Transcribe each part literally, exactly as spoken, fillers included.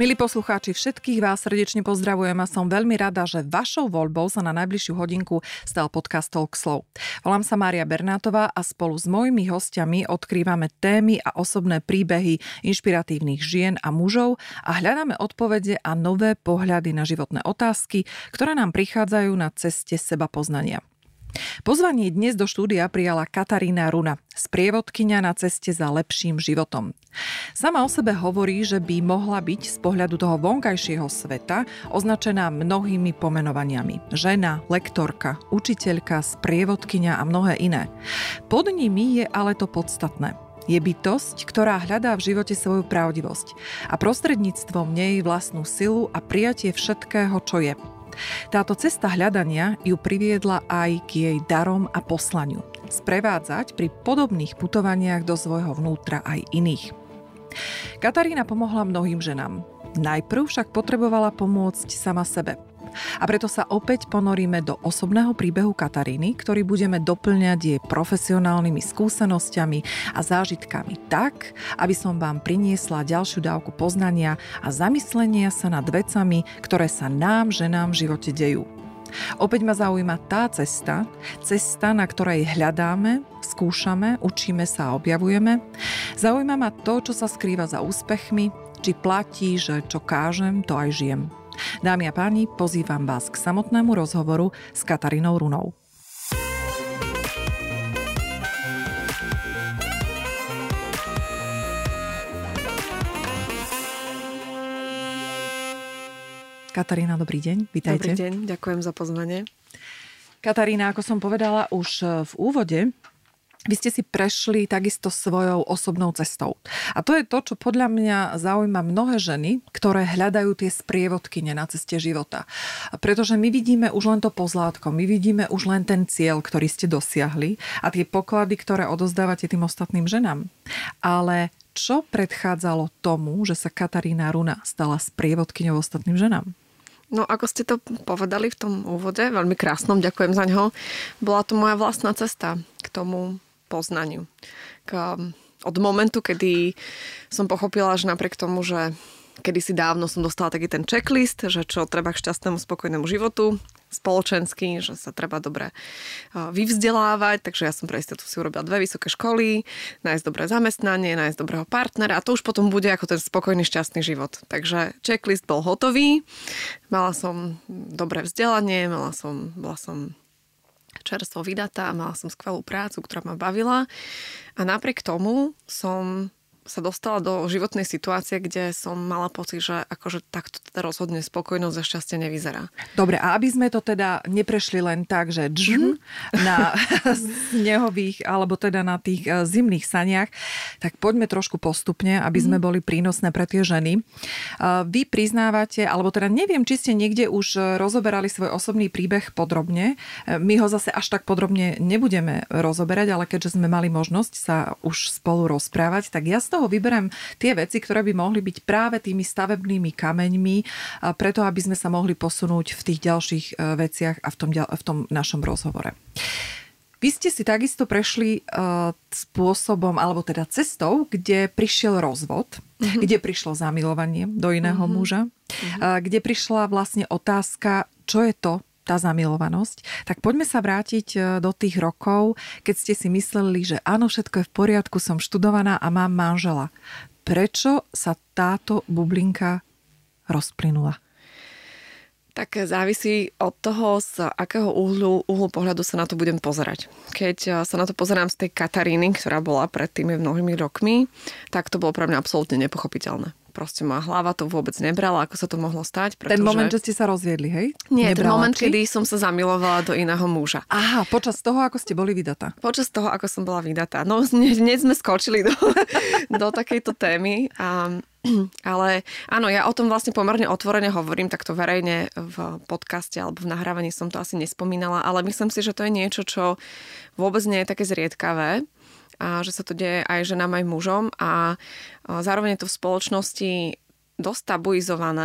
Milí poslucháči, všetkých vás srdečne pozdravujem a som veľmi rada, že vašou voľbou sa na najbližšiu hodinku stal podcast Talk Slow. Volám sa Mária Bernátová a spolu s mojimi hostiami odkrývame témy a osobné príbehy inšpiratívnych žien a mužov a hľadáme odpovede a nové pohľady na životné otázky, ktoré nám prichádzajú na ceste sebapoznania. Pozvanie dnes do štúdia prijala Katarína Runa, sprievodkyňa na ceste za lepším životom. Sama o sebe hovorí, že by mohla byť z pohľadu toho vonkajšieho sveta označená mnohými pomenovaniami. Žena, lektorka, učiteľka, sprievodkyňa a mnohé iné. Pod nimi je ale to podstatné. Je bytosť, ktorá hľadá v živote svoju pravdivosť a prostredníctvom nej vlastnú silu a prijatie všetkého, čo je. Táto cesta hľadania ju priviedla aj k jej darom a poslaniu. Sprevádzať pri podobných putovaniach do svojho vnútra aj iných. Katarína pomohla mnohým ženám. Najprv však potrebovala pomôcť sama sebe. A preto sa opäť ponoríme do osobného príbehu Kataríny, ktorý budeme doplňať jej profesionálnymi skúsenosťami a zážitkami tak, aby som vám priniesla ďalšiu dávku poznania a zamyslenia sa nad vecami, ktoré sa nám, ženám v živote dejú. Opäť ma zaujíma tá cesta, cesta, na ktorej hľadáme, skúšame, učíme sa a objavujeme. Zaujíma ma to, čo sa skrýva za úspechmi, či platí, že čo kážem, to aj žijem. Dámy a páni, pozývam vás k samotnému rozhovoru s Katarínou Runou. Katarína, dobrý deň, vítajte. Dobrý deň, ďakujem za pozvanie. Katarína, ako som povedala už v úvode, vy ste si prešli takisto svojou osobnou cestou. A to je to, čo podľa mňa zaujíma mnohé ženy, ktoré hľadajú tie sprievodkyne na ceste života. Pretože my vidíme už len to pozlátko, my vidíme už len ten cieľ, ktorý ste dosiahli a tie poklady, ktoré odozdávate tým ostatným ženám. Ale čo predchádzalo tomu, že sa Katarína Runa stala sprievodkyňou ostatným ženám? No, ako ste to povedali v tom úvode, veľmi krásnom, ďakujem za ňo, bola to moja vlastná cesta k tomu poznaniu. K, od momentu, kedy som pochopila, že napriek tomu, že kedysi dávno som dostala taký ten checklist, že čo treba k šťastnému, spokojnému životu, spoločenský, že sa treba dobre vyvzdelávať, takže ja som pre istotu si urobila dve vysoké školy, nájsť dobré zamestnanie, nájsť dobrého partnera a to už potom bude ako ten spokojný, šťastný život. Takže checklist bol hotový, mala som dobré vzdelanie, mala som, bola som čerstvo vydatá, mala som skvelú prácu, ktorá ma bavila a napriek tomu som sa dostala do životnej situácie, kde som mala pocit, že akože takto teda rozhodne spokojnosť a šťastie nevyzerá. Dobre, a aby sme to teda neprešli len tak, že džm na snehových, alebo teda na tých zimných saniach, tak poďme trošku postupne, aby sme boli prínosné pre tie ženy. Vy priznávate, alebo teda neviem, či ste niekde už rozoberali svoj osobný príbeh podrobne. My ho zase až tak podrobne nebudeme rozoberať, ale keďže sme mali možnosť sa už spolu rozprávať, tak ja z toho vyberám tie veci, ktoré by mohli byť práve tými stavebnými kameňmi, preto aby sme sa mohli posunúť v tých ďalších veciach a v tom, v tom našom rozhovore. Vy ste si takisto prešli uh, spôsobom, alebo teda cestou, kde prišiel rozvod, mm-hmm. kde prišlo zamilovanie do iného mm-hmm. muža, mm-hmm. Uh, kde prišla vlastne otázka, čo je to, tá zamilovanosť, tak poďme sa vrátiť do tých rokov, keď ste si mysleli, že áno, všetko je v poriadku, som študovaná a mám manžela. Prečo sa táto bublinka rozplynula? Tak závisí od toho, z akého uhlu, uhlu pohľadu sa na to budem pozerať. Keď sa na to pozerám z tej Kataríny, ktorá bola pred tými mnohými rokmi, tak to bolo pre mňa absolútne nepochopiteľné. Proste moja hlava to vôbec nebrala, ako sa to mohlo stať. Pretože... Ten moment, že ste sa rozviedli, hej? Nie, nebrala, ten moment, či? kedy som sa zamilovala do iného muža. Aha, počas toho, ako ste boli vydatá. Počas toho, ako som bola vydatá. No, dnes sme skočili do, do takejto témy. A, ale áno, ja o tom vlastne pomerne otvorene hovorím, takto verejne v podcaste alebo v nahrávaní som to asi nespomínala, ale myslím si, že to je niečo, čo vôbec nie je také zriedkavé. A že sa to deje aj ženám, aj mužom a zároveň je to v spoločnosti dosť tabuizované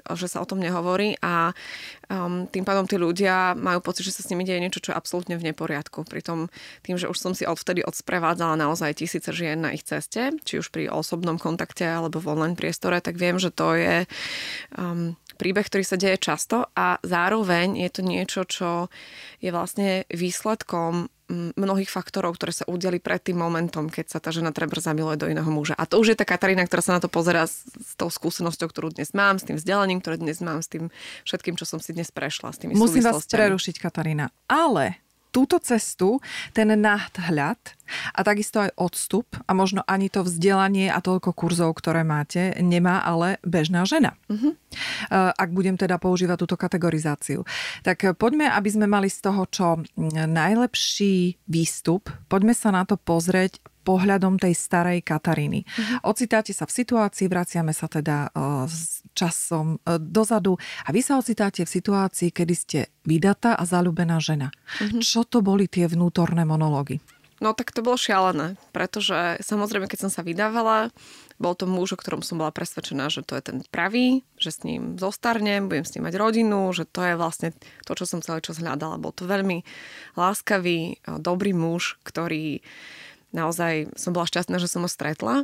že sa o tom nehovorí a um, tým pádom tí ľudia majú pocit, že sa s nimi deje niečo, čo je absolútne v neporiadku. Pritom tým, že už som si odvtedy odsprevádzala naozaj tisíce žien na ich ceste, či už pri osobnom kontakte alebo v online priestore, tak viem, že to je um, príbeh, ktorý sa deje často a zároveň je to niečo, čo je vlastne výsledkom mnohých faktorov, ktoré sa udiali pred tým momentom, keď sa tá žena treba zamiluje do iného muža. A to už je tá Katarína, ktorá sa na to pozerá s, s tou skúsenosťou, ktorú dnes mám, s tým vzdelaním, ktoré dnes mám, s tým všetkým, čo som si dnes prešla, s tými Musím súvislostiami. Musím vás prerušiť, Katarína. Ale túto cestu, ten nadhľad a takisto aj odstup a možno ani to vzdelanie a toľko kurzov, ktoré máte, nemá ale bežná žena. Uh-huh. Ak budem teda používať túto kategorizáciu. Tak poďme, aby sme mali z toho čo najlepší výstup, poďme sa na to pozrieť pohľadom tej starej Kataríny. Uh-huh. Ocitáte sa v situácii, vraciame sa teda uh, s časom uh, dozadu a vy sa ocitáte v situácii, kedy ste vydatá a zaľúbená žena. Uh-huh. Čo to boli tie vnútorné monológy? No tak to bolo šialené, pretože samozrejme, keď som sa vydávala, bol to muž, o ktorom som bola presvedčená, že to je ten pravý, že s ním zostarnem, budem s ním mať rodinu, že to je vlastne to, čo som celý čas hľadala. Bol to veľmi láskavý, dobrý muž, ktorý naozaj som bola šťastná, že som ho stretla.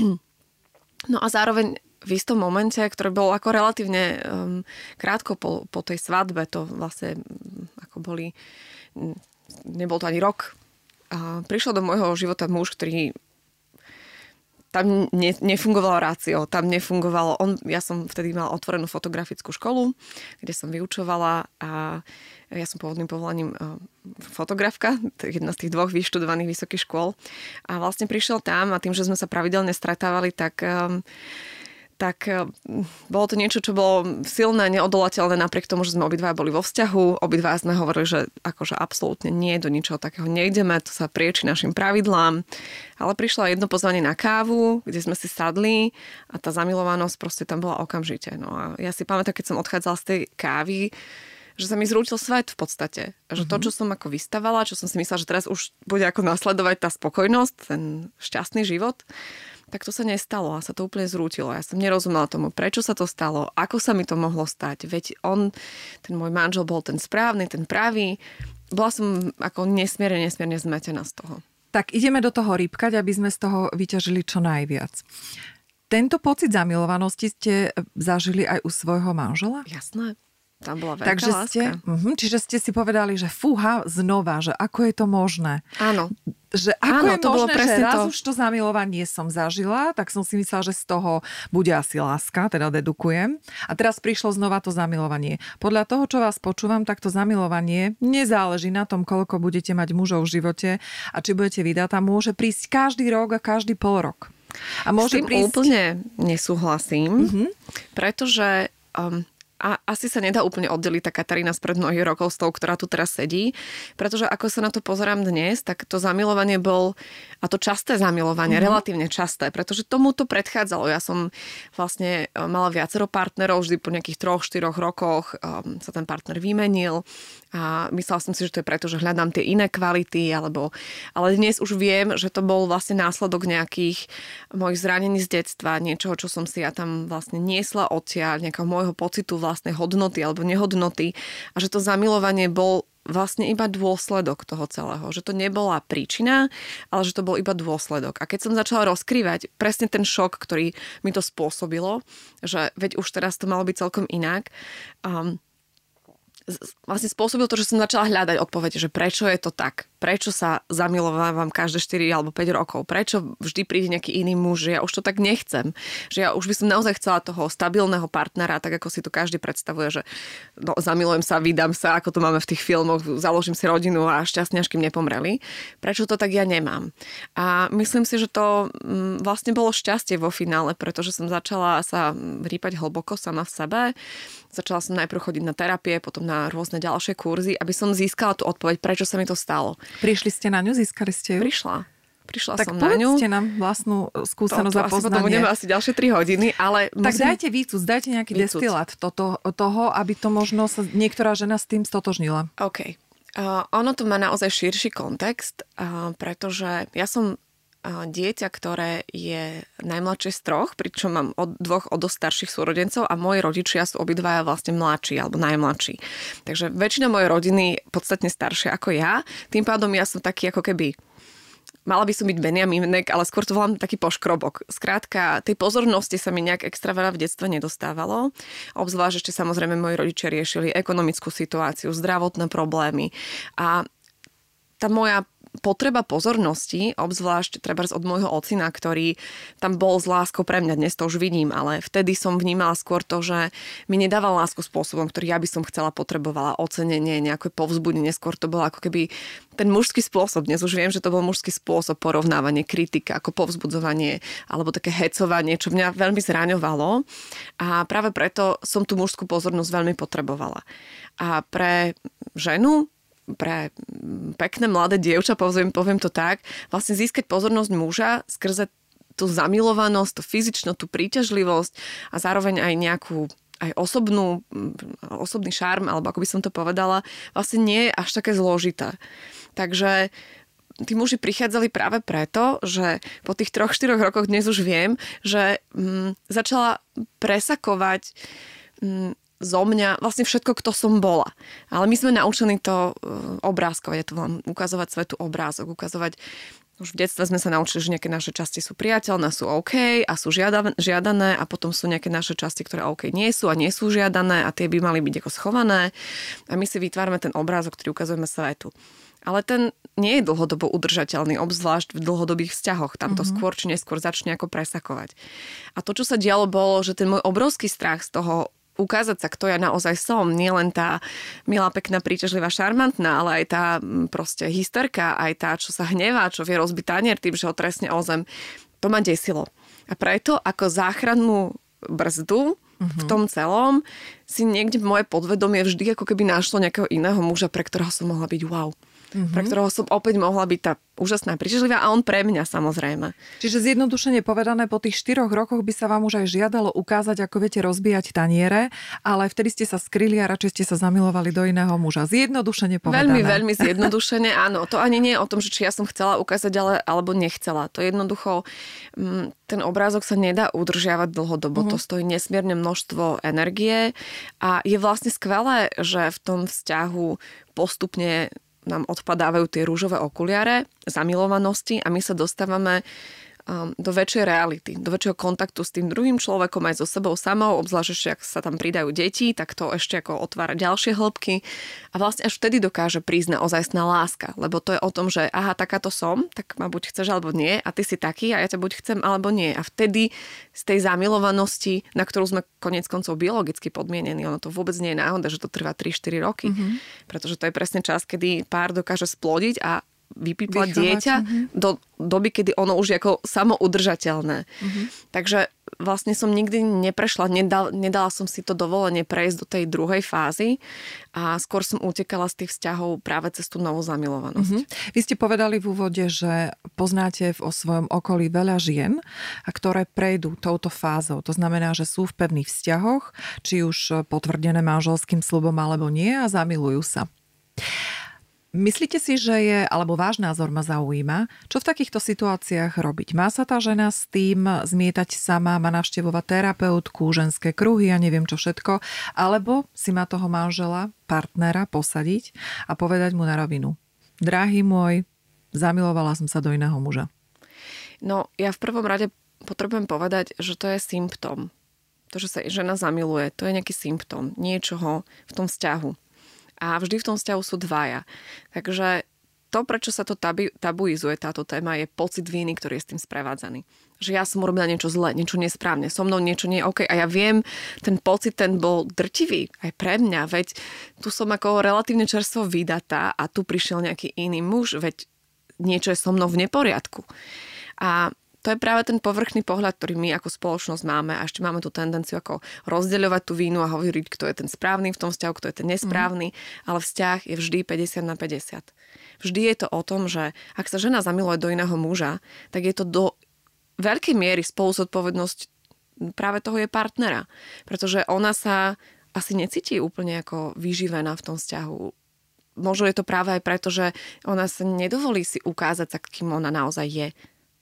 No a zároveň v istom momente, ktorý bol ako relatívne um, krátko po, po tej svadbe, to vlastne um, ako boli, nebol to ani rok, a prišiel do môjho života muž, ktorý tam ne, nefungovalo rácio, tam nefungovalo, on, ja som vtedy mala otvorenú fotografickú školu, kde som vyučovala a ja som pôvodným povolaním fotografka, jedna z tých dvoch vyštudovaných vysokých škôl a vlastne prišiel tam a tým, že sme sa pravidelne stretávali, tak tak bolo to niečo, čo bolo silné, neodolateľné napriek tomu, že sme obidva boli vo vzťahu. Obidva sme hovorili, že akože absolútne nie, do ničoho takého nejdeme, to sa prieči našim pravidlám. Ale prišlo jedno pozvanie na kávu, kde sme si sadli a tá zamilovanosť proste tam bola okamžite. No a ja si pamätám, keď som odchádzala z tej kávy, že sa mi zrútil svet v podstate. Že to, čo som ako vystavala, čo som si myslela, že teraz už bude ako nasledovať tá spokojnosť, ten šťastný život, tak to sa nestalo a sa to úplne zrútilo. Ja som nerozumela tomu, prečo sa to stalo, ako sa mi to mohlo stať. Veď on, ten môj manžel, bol ten správny, ten pravý. Bola som ako nesmierne, nesmierne zmetená z toho. Tak ideme do toho rýpkať, aby sme z toho vyťažili čo najviac. Tento pocit zamilovanosti ste zažili aj u svojho manžela? Jasné. Tam bola veľká Takže láska. Ste, uh-huh, čiže ste si povedali, že fúha, znova, že ako je to možné. Áno. Že ako Áno, je to možné, bolo presne že raz to. už to zamilovanie som zažila, tak som si myslela, že z toho bude asi láska, teda dedukujem. A teraz prišlo znova to zamilovanie. Podľa toho, čo vás počúvam, tak to zamilovanie nezáleží na tom, koľko budete mať mužov v živote a či budete vydatá. Môže prísť každý rok a každý pol rok. A môže S tým prísť... úplne nesúhlasím, Uh-huh. pretože... Um, A asi sa nedá úplne oddeliť tá Katarína spred mnohých rokov s tou, ktorá tu teraz sedí, pretože ako sa na to pozerám dnes, tak to zamilovanie bol, a to časté zamilovanie, mm-hmm. relatívne časté, pretože tomu to predchádzalo. Ja som vlastne mala viacero partnerov, vždy po nejakých troch, štyroch rokoch um, sa ten partner vymenil a myslela som si, že to je preto, že hľadám tie iné kvality, alebo, ale dnes už viem, že to bol vlastne následok nejakých mojich zranení z detstva, niečoho, čo som si ja tam vlastne niesla odtiaľ, nejakého môjho pocitu vlastnej hodnoty alebo nehodnoty a že to zamilovanie bol vlastne iba dôsledok toho celého. Že to nebola príčina, ale že to bol iba dôsledok. A keď som začala rozkrývať presne ten šok, ktorý mi to spôsobilo, že veď už teraz to malo byť celkom inak, um, vlastne spôsobil to, že som začala hľadať odpovede, že prečo je to tak, prečo sa zamilovávam každé štyri alebo päť rokov, prečo vždy príde nejaký iný muž, že ja už to tak nechcem, že ja už by som naozaj chcela toho stabilného partnera, tak ako si to každý predstavuje, že no, zamilujem sa, vydám sa, ako to máme v tých filmoch, založím si rodinu a šťastne, až kým nepomreli. Prečo to tak ja nemám? A myslím si, že to vlastne bolo šťastie vo finále, pretože som začala sa rýpať hlboko sama v sebe. Začala som najprv chodiť na terapie, potom na rôzne ďalšie kurzy, aby som získala tú odpoveď, prečo sa mi to stalo. Prišli ste na ňu? Získali ste ju? Prišla. Prišla tak som na ňu. Tak nám vlastnú skúsenosť to, to a poznanie. asi potom budeme asi ďalšie tri hodiny, ale... Tak musím... dajte výcud, dajte nejaký výcud. destilát toto, toho, aby to možno sa niektorá žena s tým stotožnila. OK. Uh, ono to má naozaj širší kontext, uh, pretože ja som dieťa, ktoré je najmladšie z troch, pričom mám od dvoch o dosť starších súrodencov a moji rodičia sú obidvaja vlastne mladší alebo najmladší. Takže väčšina mojej rodiny je podstatne staršia ako ja. Tým pádom ja som taký ako keby mala by som byť Benjaminek, ale skôr to volám taký poškrobok. Skrátka, tej pozornosti sa mi nejak extra veľa v detstve nedostávalo. Obzvlášť ešte samozrejme moji rodičia riešili ekonomickú situáciu, zdravotné problémy a tá moja potreba pozornosti, obzvlášť treba od môjho ocina, ktorý tam bol s láskou pre mňa, dnes to už vidím, ale vtedy som vnímala skôr to, že mi nedával lásku spôsobom, ktorý ja by som chcela, potrebovala, ocenenie, nejaké povzbudenie, skôr to bolo ako keby ten mužský spôsob. Dnes už viem, že to bol mužský spôsob, porovnávanie, kritika, ako povzbudzovanie alebo také hecovanie, čo mňa veľmi zraňovalo a práve preto som tú mužskú pozornosť veľmi potrebovala. A pre ženu, pre pekné mladé dievča, poviem, poviem to tak, vlastne získať pozornosť muža skrze tú zamilovanosť, tú fyzičnú, tú príťažlivosť a zároveň aj nejakú aj osobnú, osobný šarm, alebo ako by som to povedala, vlastne nie je až také zložité. Takže tí muži prichádzali práve preto, že po tých troch, štyroch rokoch dnes už viem, že hm, začala presakovať hm, zo mňa vlastne všetko, kto som bola. Ale my sme naučení to obrázkovať, ja to vám ukazovať svetu obrázok, ukazovať, už v detstve sme sa naučili, že nejaké naše časti sú priateľné, sú OK a sú žiadané a potom sú nejaké naše časti, ktoré OK nie sú a nie sú žiadané a tie by mali byť ako schované a my si vytvárame ten obrázok, ktorý ukazujeme svetu. Ale ten nie je dlhodobo udržateľný, obzvlášť v dlhodobých vzťahoch. Tam to mm-hmm. skôr či neskôr začne ako presakovať. A to, čo sa dialo, bolo, že ten môj obrovský strach z toho ukázať sa, kto ja naozaj som. Nie len tá milá, pekná, príťažlivá, šarmantná, ale aj tá proste hysterka, aj tá, čo sa hnevá, čo vie rozbiť tanier tým, že ho trestne o zem. To ma desilo. A preto ako záchrannú brzdu mm-hmm. v tom celom si niekde moje podvedomie vždy ako keby našlo nejakého iného muža, pre ktorého som mohla byť wow. Mm-hmm. Pre ktorého som opäť mohla byť tá úžasná, príťažlivá a on pre mňa samozrejme. Čiže zjednodušene povedané, po tých štyroch rokoch by sa vám už aj žiadalo ukázať, ako viete rozbíjať taniere, ale vtedy ste sa skryli a radšej ste sa zamilovali do iného muža. Zjednodušene povedané. Veľmi, veľmi zjednodušene, áno. To ani nie je o tom, že či ja som chcela ukázať, ale, alebo nechcela. To jednoducho, ten obrázok sa nedá udržiavať dlhodobo. Mm-hmm. To stojí nesmierne množstvo energie a je vlastne skvelé, že v tom vzťahu postupne nám odpadávajú tie rúžové okuliare zamilovanosti a my sa dostávame um, do väčšej reality, do väčšieho kontaktu s tým druhým človekom aj so sebou samou, obzvlášť ešte, ak sa tam pridajú deti, tak to ešte ako otvára ďalšie hĺbky a vlastne až vtedy dokáže prísť naozajstná láska, lebo to je o tom, že aha, takáto som, tak ma buď chceš alebo nie a ty si taký a ja ťa buď chcem alebo nie a vtedy z tej zamilovanosti, na ktorú sme koniec koncov biologicky podmienení, ono to vôbec nie je náhoda, že to trvá tri štyri roky, mm-hmm. pretože to je presne čas, kedy pár dokáže splodiť a vypípať dieťa uh-huh. do doby, kedy ono už je ako samoudržateľné. Uh-huh. Takže vlastne som nikdy neprešla, nedal, nedala som si to dovolenie prejsť do tej druhej fázy a skôr som utekala z tých vzťahov práve cez tú novú zamilovanosť. Uh-huh. Vy ste povedali v úvode, že poznáte o svojom okolí veľa žien, ktoré prejdú touto fázou. To znamená, že sú v pevných vzťahoch, či už potvrdené manželským sľubom alebo nie a zamilujú sa. Myslíte si, že je, alebo váš názor ma zaujíma, čo v takýchto situáciách robiť? Má sa tá žena s tým zmietať sama, má navštevovať terapeutku, ženské kruhy a neviem čo všetko, alebo si má toho manžela, partnera posadiť a povedať mu na rovinu: drahý môj, zamilovala som sa do iného muža. No, ja v prvom rade potrebujem povedať, že to je symptóm. To, že sa žena zamiluje, to je nejaký symptóm niečoho v tom vzťahu. A vždy v tom vzťahu sú dvaja. Takže to, prečo sa to tabu, tabuizuje táto téma, je pocit viny, ktorý je s tým sprevádzaný. Že ja som urobila niečo zlé, niečo nesprávne, so mnou niečo nie je OK. A ja viem, ten pocit, ten bol drtivý aj pre mňa. Veď tu som ako relatívne čerstvo vydatá a tu prišiel nejaký iný muž, veď niečo je so mnou v neporiadku. A to je práve ten povrchný pohľad, ktorý my ako spoločnosť máme a ešte máme tú tendenciu ako rozdeľovať tú vínu a hovoriť, kto je ten správny v tom vzťahu, kto je ten nesprávny, mm. ale vzťah je vždy päťdesiat na päťdesiat. Vždy je to o tom, že ak sa žena zamiluje do iného muža, tak je to do veľkej miery spoluzodpovednosť práve toho jej partnera. Pretože ona sa asi necíti úplne ako vyživená v tom vzťahu. Možno je to práve aj preto, že ona sa nedovolí si ukázať sa, kým ona naozaj je.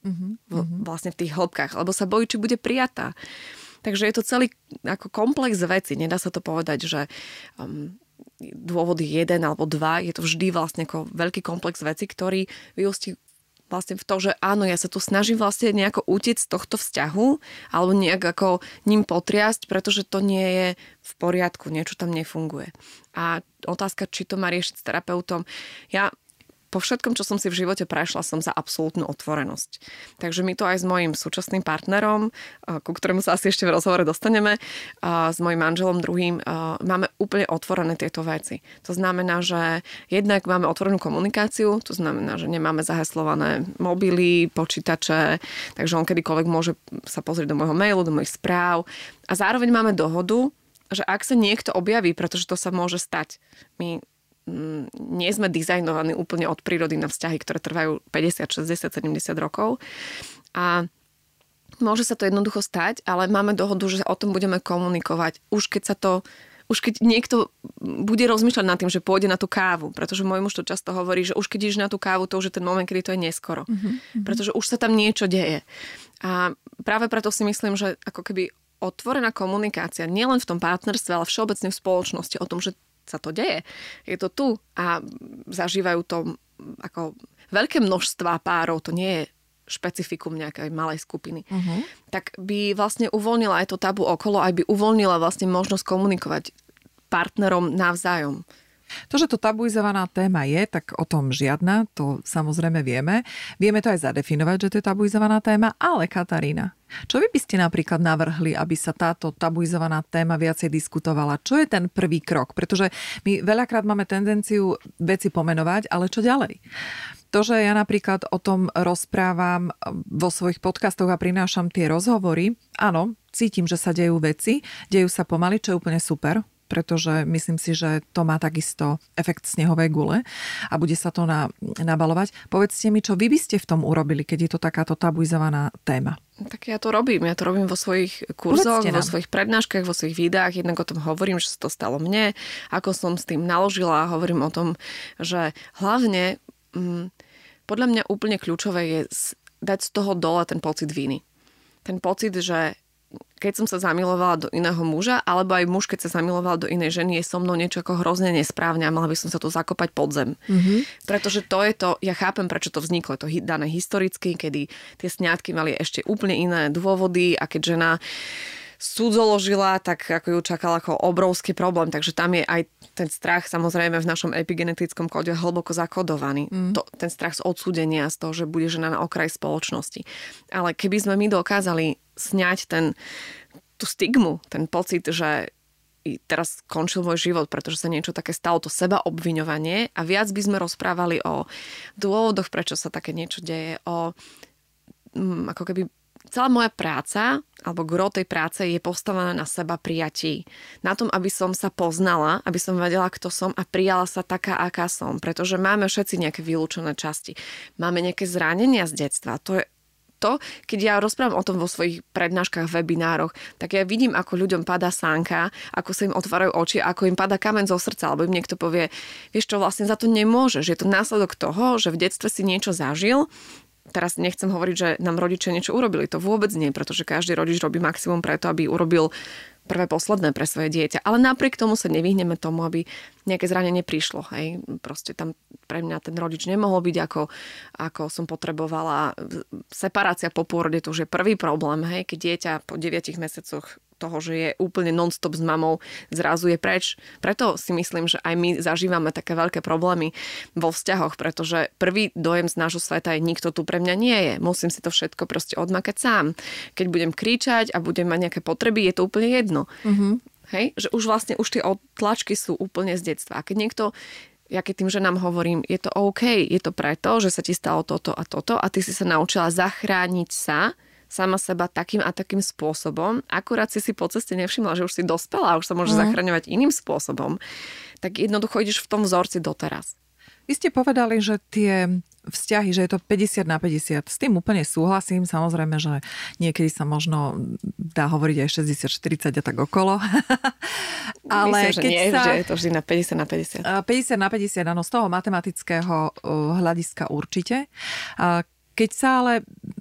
Uh-huh. V, vlastne v tých hĺbkach, lebo sa bojí, či bude prijatá. Takže je to celý ako komplex veci. Nedá sa to povedať, že um, dôvod jeden alebo dva, je to vždy vlastne ako veľký komplex veci, ktorý vyústí vlastne v to, že áno, ja sa tu snažím vlastne nejako utiec z tohto vzťahu alebo nejak ako ním potriasť, pretože to nie je v poriadku, niečo tam nefunguje. A otázka, či to má riešiť s terapeutom. Ja po všetkom, čo som si v živote prešla, som za absolútnu otvorenosť. Takže my to aj s mojím súčasným partnerom, ku ktorému sa asi ešte v rozhovore dostaneme, s mojím manželom druhým, máme úplne otvorené tieto veci. To znamená, že jednak máme otvorenú komunikáciu, to znamená, že nemáme zaheslované mobily, počítače, takže on kedykoľvek môže sa pozrieť do môjho mailu, do mojich správ. A zároveň máme dohodu, že ak sa niekto objaví, pretože to sa môže stať, my nie sme dizajnovaní úplne od prírody na vzťahy, ktoré trvajú päťdesiat, šesťdesiat, sedemdesiat rokov. A môže sa to jednoducho stať, ale máme dohodu, že o tom budeme komunikovať. Už keď sa to, už keď niekto bude rozmýšľať nad tým, že pôjde na tú kávu, pretože môj muž to často hovorí, že už keď ideš na tú kávu, to už je ten moment, kedy to je neskoro. Mm-hmm. Pretože už sa tam niečo deje. A práve preto si myslím, že ako keby otvorená komunikácia, nielen v tom partnerstve, ale všeobecne v spoločnosti o tom, že sa to deje. Je to tu a zažívajú to ako veľké množstvá párov, to nie je špecifikum nejakej malej skupiny. Uh-huh. Tak by vlastne uvoľnila aj to tabu okolo, aj by uvoľnila vlastne možnosť komunikovať partnerom navzájom. To, že to tabuizovaná téma je, tak o tom žiadna, to samozrejme vieme. Vieme to aj zadefinovať, že to je tabuizovaná téma, ale Katarína, čo vy by ste napríklad navrhli, aby sa táto tabuizovaná téma viacej diskutovala? Čo je ten prvý krok? Pretože my veľakrát máme tendenciu veci pomenovať, ale čo ďalej? To, že ja napríklad o tom rozprávam vo svojich podcastoch a prinášam tie rozhovory, áno, cítim, že sa dejú veci, dejú sa pomaly, čo je úplne super, pretože myslím si, že to má takisto efekt snehovej gule a bude sa to na, nabalovať. Povedzte mi, čo vy by ste v tom urobili, keď je to takáto tabuizovaná téma? Tak ja to robím. Ja to robím vo svojich kurzoch, vo svojich prednáškach, vo svojich videách. Jednak o tom hovorím, že sa to stalo mne, ako som s tým naložila. Hovorím o tom, že hlavne hm, podľa mňa úplne kľúčové je dať z toho dole ten pocit viny. Ten pocit, že keď som sa zamilovala do iného muža, alebo aj muž, keď sa zamiloval do inej ženy, je so mnou niečo ako hrozne nesprávne a mala by som sa tu zakopať pod zem. Mm-hmm. Pretože to je to, ja chápem, prečo to vzniklo. Je to dané historicky, kedy tie sňatky mali ešte úplne iné dôvody a keď žena cudzoložila, tak ako ju čakal ako obrovský problém. Takže tam je aj ten strach samozrejme v našom epigenetickom kóde hlboko zakodovaný. Mm. To, ten strach z odsúdenia, z toho, že bude žena na okraji spoločnosti. Ale keby sme my dokázali sňať ten, tú stigmu, ten pocit, že teraz skončil môj život, pretože sa niečo také stalo, to sebaobviňovanie a viac by sme rozprávali o dôvodoch, prečo sa také niečo deje, o mm, ako keby celá moja práca, alebo gro tej práce je postavená na seba prijatí. Na tom, aby som sa poznala, aby som vedela, kto som a prijala sa taká, aká som. Pretože máme všetci nejaké vylúčené časti. Máme nejaké zranenia z detstva. To je to, keď ja rozprávam o tom vo svojich prednáškach, webinároch, tak ja vidím, ako ľuďom padá sánka, ako sa im otvárajú oči, ako im padá kameň zo srdca, alebo im niekto povie, vieš čo, vlastne za to nemôžeš. Je to následok toho, že v detstve si niečo zažil. Teraz nechcem hovoriť, že nám rodičia niečo urobili. To vôbec nie, pretože každý rodič robí maximum preto, aby urobil prvé posledné pre svoje dieťa. Ale napriek tomu sa nevyhneme tomu, aby nejaké zranenie prišlo. Hej. Proste tam pre mňa ten rodič nemohol byť, ako, ako som potrebovala. Separácia po pôrode, to už je prvý problém. Hej. Keď dieťa po deviatich mesiacoch toho, že je úplne non-stop s mamou, zrazu je preč. Preto si myslím, že aj my zažívame také veľké problémy vo vzťahoch, pretože prvý dojem z nášho sveta je, nikto tu pre mňa nie je. Musím si to všetko proste odmakať sám. Keď budem kričať a budem mať nejaké potreby, je to úplne jedno. Mm-hmm. Hej? Že už vlastne už tie tlačky sú úplne z detstva. A keď niekto, ja keď tým ženám hovorím, je to OK, je to preto, že sa ti stalo toto a toto a ty si sa naučila zachrániť sa sama seba takým a takým spôsobom, akurát si si po ceste nevšimla, že už si dospela a už sa môže mm. zachraňovať iným spôsobom, tak jednoducho ideš v tom vzorci doteraz. Vy ste povedali, že tie vzťahy, že je to päťdesiat na päťdesiat. S tým úplne súhlasím. Samozrejme, že niekedy sa možno dá hovoriť aj šesťdesiat štyridsať a tak okolo. Ale myslím, že keď nie, sa... že je to vždy na päťdesiat na päťdesiat. päťdesiat na päťdesiat, áno, z toho matematického hľadiska určite. Keď sa ale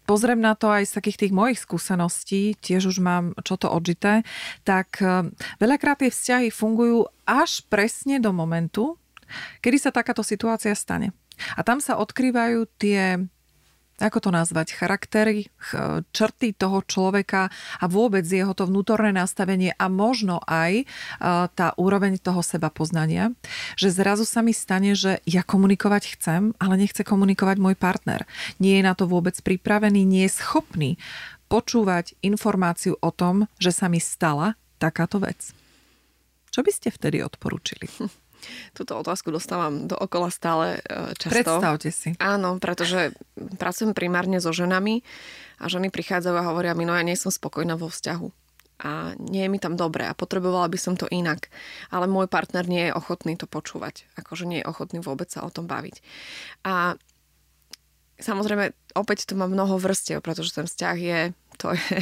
pozriem na to aj z takých tých mojich skúseností, tiež už mám čo to odžité, tak veľakrát tie vzťahy fungujú až presne do momentu, kedy sa takáto situácia stane. A tam sa odkrývajú tie, ako to nazvať, charaktery, črty toho človeka a vôbec jeho to vnútorné nastavenie a možno aj tá úroveň toho seba poznania, že zrazu sa mi stane, že ja komunikovať chcem, ale nechce komunikovať môj partner. Nie je na to vôbec pripravený, nie je schopný počúvať informáciu o tom, že sa mi stala takáto vec. Čo by ste vtedy odporúčili? Túto otázku dostávam dookola stále často. Predstavte si. Áno, pretože pracujem primárne so ženami a ženy prichádzajú a hovoria mi, no ja nie som spokojná vo vzťahu. A nie je mi tam dobre a potrebovala by som to inak. Ale môj partner nie je ochotný to počúvať. Akože nie je ochotný vôbec sa o tom baviť. A samozrejme, opäť to má mnoho vrstiev, pretože ten vzťah je, to je...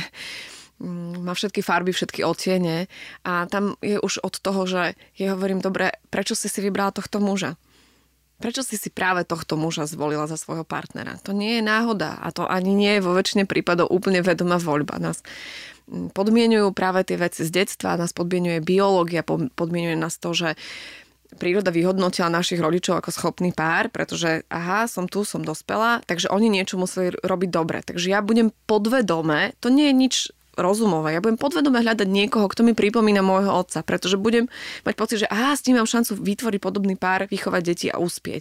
má všetky farby, všetky odtiene a tam je už od toho, že ja hovorím, dobre, prečo si si vybrala tohto muža? Prečo si si práve tohto muža zvolila za svojho partnera? To nie je náhoda a to ani nie je vo väčšine prípadov úplne vedomá voľba. Nás podmienujú práve tie veci z detstva, nás podmienuje biológia, podmienuje nás to, že príroda vyhodnotila našich rodičov ako schopný pár, pretože aha, som tu, som dospelá, takže oni niečo museli robiť dobre. Takže ja budem podvedome, to nie je nič rozumové. Ja budem podvedome hľadať niekoho, kto mi pripomína môjho otca, pretože budem mať pocit, že aha, s tým mám šancu vytvoriť podobný pár, vychovať deti a uspieť.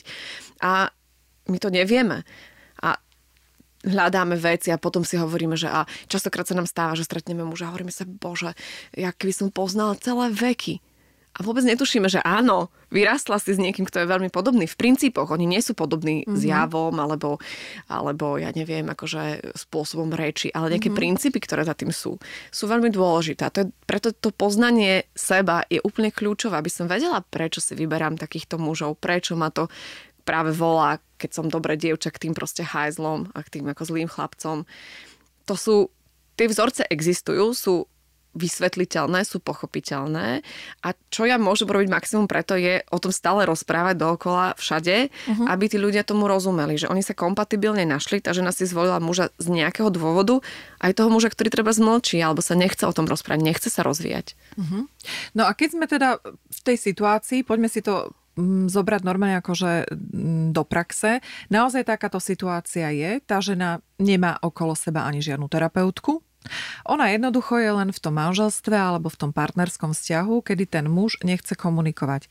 A my to nevieme. A hľadáme veci a potom si hovoríme, že a častokrát sa nám stáva, že stretneme muža a hovoríme sa, bože, ja keby som poznala celé veky. A vôbec netušíme, že áno, vyrastla si s niekým, kto je veľmi podobný. V princípoch oni nie sú podobní mm-hmm. zjavom alebo, alebo, ja neviem, akože spôsobom reči, ale nejaké mm-hmm. princípy, ktoré za tým sú, sú veľmi dôležité. To je, preto to poznanie seba je úplne kľúčové, aby som vedela, prečo si vyberám takýchto mužov, prečo ma to práve volá, keď som dobré dievča k tým proste hajzlom a k tým ako zlým chlapcom. To sú, tie vzorce existujú, sú vysvetliteľné, sú pochopiteľné a čo ja môžem robiť maximum preto je o tom stále rozprávať dookola všade, uh-huh. aby tí ľudia tomu rozumeli, že oni sa kompatibilne našli, tá žena si zvolila muža z nejakého dôvodu, aj toho muža, ktorý treba zmlčí, alebo sa nechce o tom rozprávať, nechce sa rozvíjať. Uh-huh. No a keď sme teda v tej situácii, poďme si to zobrať normálne akože do praxe. Naozaj takáto situácia je, tá žena nemá okolo seba ani žiadnu terapeutku. Ona jednoducho je len v tom manželstve alebo v tom partnerskom vzťahu, kedy ten muž nechce komunikovať.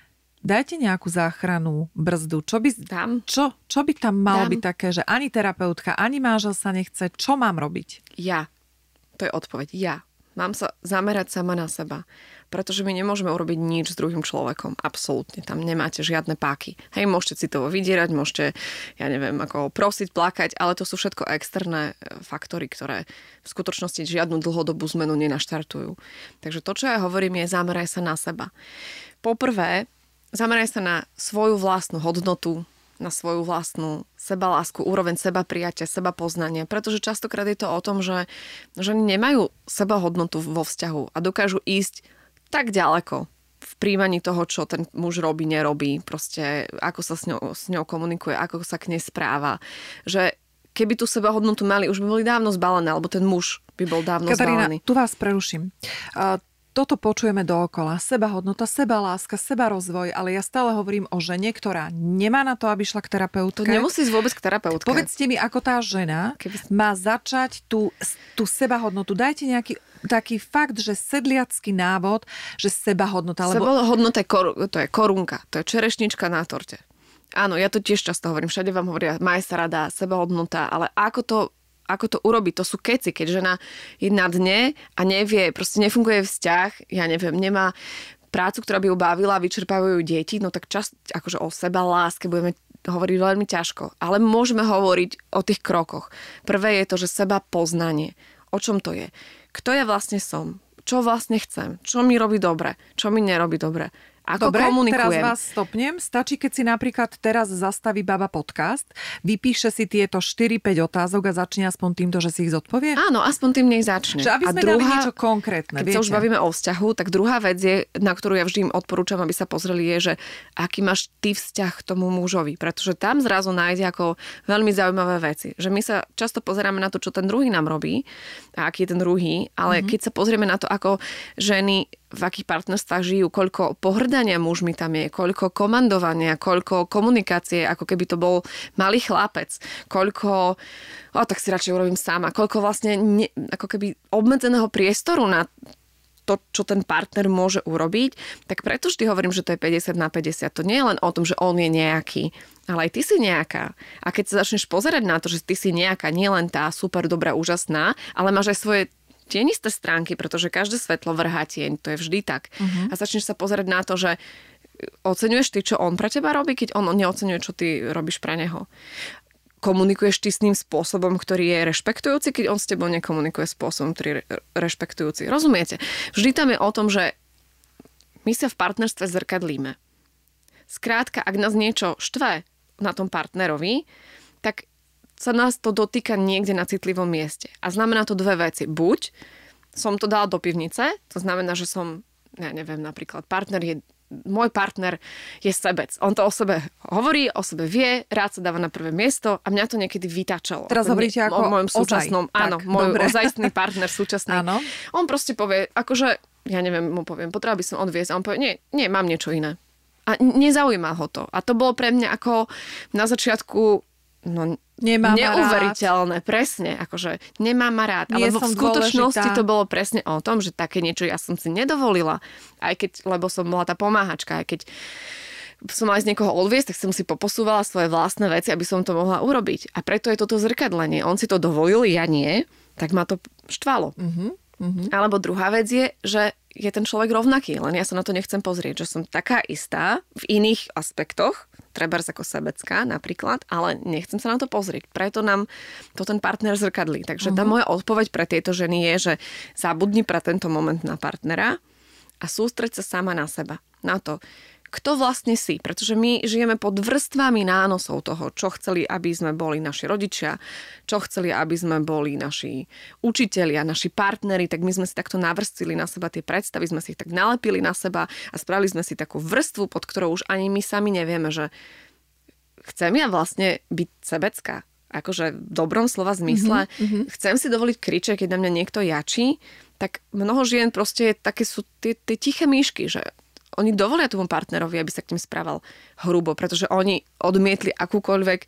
Dajte nejakú záchrannú brzdu. Čo by, čo, čo by tam malo Dám. byť také, že ani terapeutka, ani manžel sa nechce? Čo mám robiť? Ja. To je odpoveď. Ja. Mám sa zamerať sama na seba. Pretože my nemôžeme urobiť nič s druhým človekom. Absolútne. Tam nemáte žiadne páky. Hej, môžete citovo vydierať, môžete, ja neviem, ako prosiť, plakať, ale to sú všetko externé faktory, ktoré v skutočnosti žiadnu dlhodobú zmenu nenaštartujú. Takže to, čo ja hovorím, je zameraj sa na seba. Poprvé, zameraj sa na svoju vlastnú hodnotu, na svoju vlastnú sebalásku, úroveň seba prijatia, seba poznania. Pretože častokrát je to o tom, že ženy nemajú sebahodnotu vo vzťahu a dokážu ísť tak ďaleko v príjmaní toho, čo ten muž robí, nerobí, proste ako sa s ňou, s ňou komunikuje, ako sa k nej správa, že keby tú sebahodnotu mali, už by boli dávno zbalené, alebo ten muž by bol dávno Katarína, zbalený. Tu vás preruším. Uh, Toto počujeme dookola. Sebahodnota, sebaláska, sebarozvoj, ale ja stále hovorím o žene, ktorá nemá na to, aby šla k terapeutke. To nemusí ísť vôbec k terapeutke. Povedzte mi, ako tá žena Keby... má začať tú, tú sebahodnotu. Dajte nejaký taký fakt, že sedliacky návod, že sebahodnota. Lebo... Sebahodnota je, kor, to je korunka, to je čerešnička na torte. Áno, ja to tiež často hovorím. Všade vám hovoria, maj sa rada, sebahodnota, ale ako to Ako to urobiť? To sú keci, keď žena je na dne a nevie, proste nefunguje vzťah, ja neviem, nemá prácu, ktorá by ju bavila, vyčerpávajú deti, no tak čas, akože o seba láske budeme hovoriť veľmi ťažko. Ale môžeme hovoriť o tých krokoch. Prvé je to, že seba poznanie. O čom to je? Kto ja vlastne som? Čo vlastne chcem? Čo mi robí dobre? Čo mi nerobí dobre? Ako Dobre, komunikujem. teraz vás stopnem. Stačí, keď si napríklad teraz zastaví Baba podcast, vypíše si tieto štyri päť otázok a začne aspoň týmto, že si ich zodpovie? Áno, aspoň tým nech začne. Že aby sme a druhá, dali niečo konkrétne, keď viete? sa už bavíme o vzťahu, tak druhá vec je, na ktorú ja vždy im odporúčam, aby sa pozreli, je, že aký máš ty vzťah k tomu mužovi. Pretože tam zrazu nájde ako veľmi zaujímavé veci. Že my sa často pozeráme na to, čo ten druhý nám robí a aký je ten druhý, ale mm-hmm. keď sa pozrieme na to, ako ženy v akých partnerstvách žijú, koľko pohrdania mužmi tam je, koľko komandovania, koľko komunikácie, ako keby to bol malý chlapec, koľko, o, tak si radšej urobím sama, koľko vlastne ne, ako keby obmedzeného priestoru na to, čo ten partner môže urobiť, tak preto vždy hovorím, že to je päťdesiat na päťdesiat. To nie je len o tom, že on je nejaký, ale aj ty si nejaká. A keď sa začneš pozerať na to, že ty si nejaká, nie len tá super, dobrá, úžasná, ale máš aj svoje tienisté stránky, pretože každé svetlo vrhá tieň, to je vždy tak. Uh-huh. A začneš sa pozerať na to, že oceňuješ ty, čo on pre teba robí, keď on neoceňuje, čo ty robíš pre neho. Komunikuješ ty s ním spôsobom, ktorý je rešpektujúci, keď on s tebou nekomunikuje spôsobom, ktorý je rešpektujúci. Rozumiete? Vždy tam je o tom, že my sa v partnerstve zrkadlíme. Skrátka, ak nás niečo štve na tom partnerovi, tak sa nás to dotýka niekde na citlivom mieste. A znamená to dve veci. Buď som to dala do pivnice, to znamená, že som, ja neviem, napríklad partner je, môj partner je sebec. On to o sebe hovorí, o sebe vie, rád sa dáva na prvé miesto a mňa to niekedy vytáčalo. Teraz hovoríte ako o mojom súčasnom, ozaj. Áno, tak, môj dobre. ozajstný partner súčasný. Áno. On proste povie, akože, ja neviem, mu poviem, potreba by som odviesť. A on povie, nie, nie, mám niečo iné. A nezaujíma ho to. A to bolo pre mňa ako na začiatku no, Nemám neuveriteľné, presne, akože nemám ma rád, ale v skutočnosti dôležitá. To bolo presne o tom, že také niečo ja som si nedovolila, aj keď, lebo som bola tá pomáhačka, aj keď som mala z niekoho odviesť, tak som si poposúvala svoje vlastné veci, aby som to mohla urobiť. A preto je toto zrkadlenie. On si to dovolil, ja nie, tak ma to štvalo. Uh-huh, uh-huh. Alebo druhá vec je, že je ten človek rovnaký, len ja sa na to nechcem pozrieť, že som taká istá v iných aspektoch, trebárs ako sebecká napríklad, ale nechcem sa na to pozrieť. Preto nám to ten partner zrkadlí. Takže uh-huh. tá moja odpoveď pre tieto ženy je, že zabudni pre tento moment na partnera a sústreď sa sama na seba. Na to, kto vlastne si. Pretože my žijeme pod vrstvami nánosov toho, čo chceli, aby sme boli naši rodičia, čo chceli, aby sme boli naši učitelia, naši partneri, tak my sme si takto navrstili na seba tie predstavy, sme si ich tak nalepili na seba a spravili sme si takú vrstvu, pod ktorou už ani my sami nevieme, že chcem ja vlastne byť sebecká. Akože v dobrom slova zmysle. Mm-hmm. Chcem si dovoliť kričať, keď na mňa niekto jačí, tak mnoho žien proste také sú tie, tie tiché myšky, že oni dovolia tomu partnerovi, aby sa k tým správal hrubo, pretože oni odmietli akúkoľvek,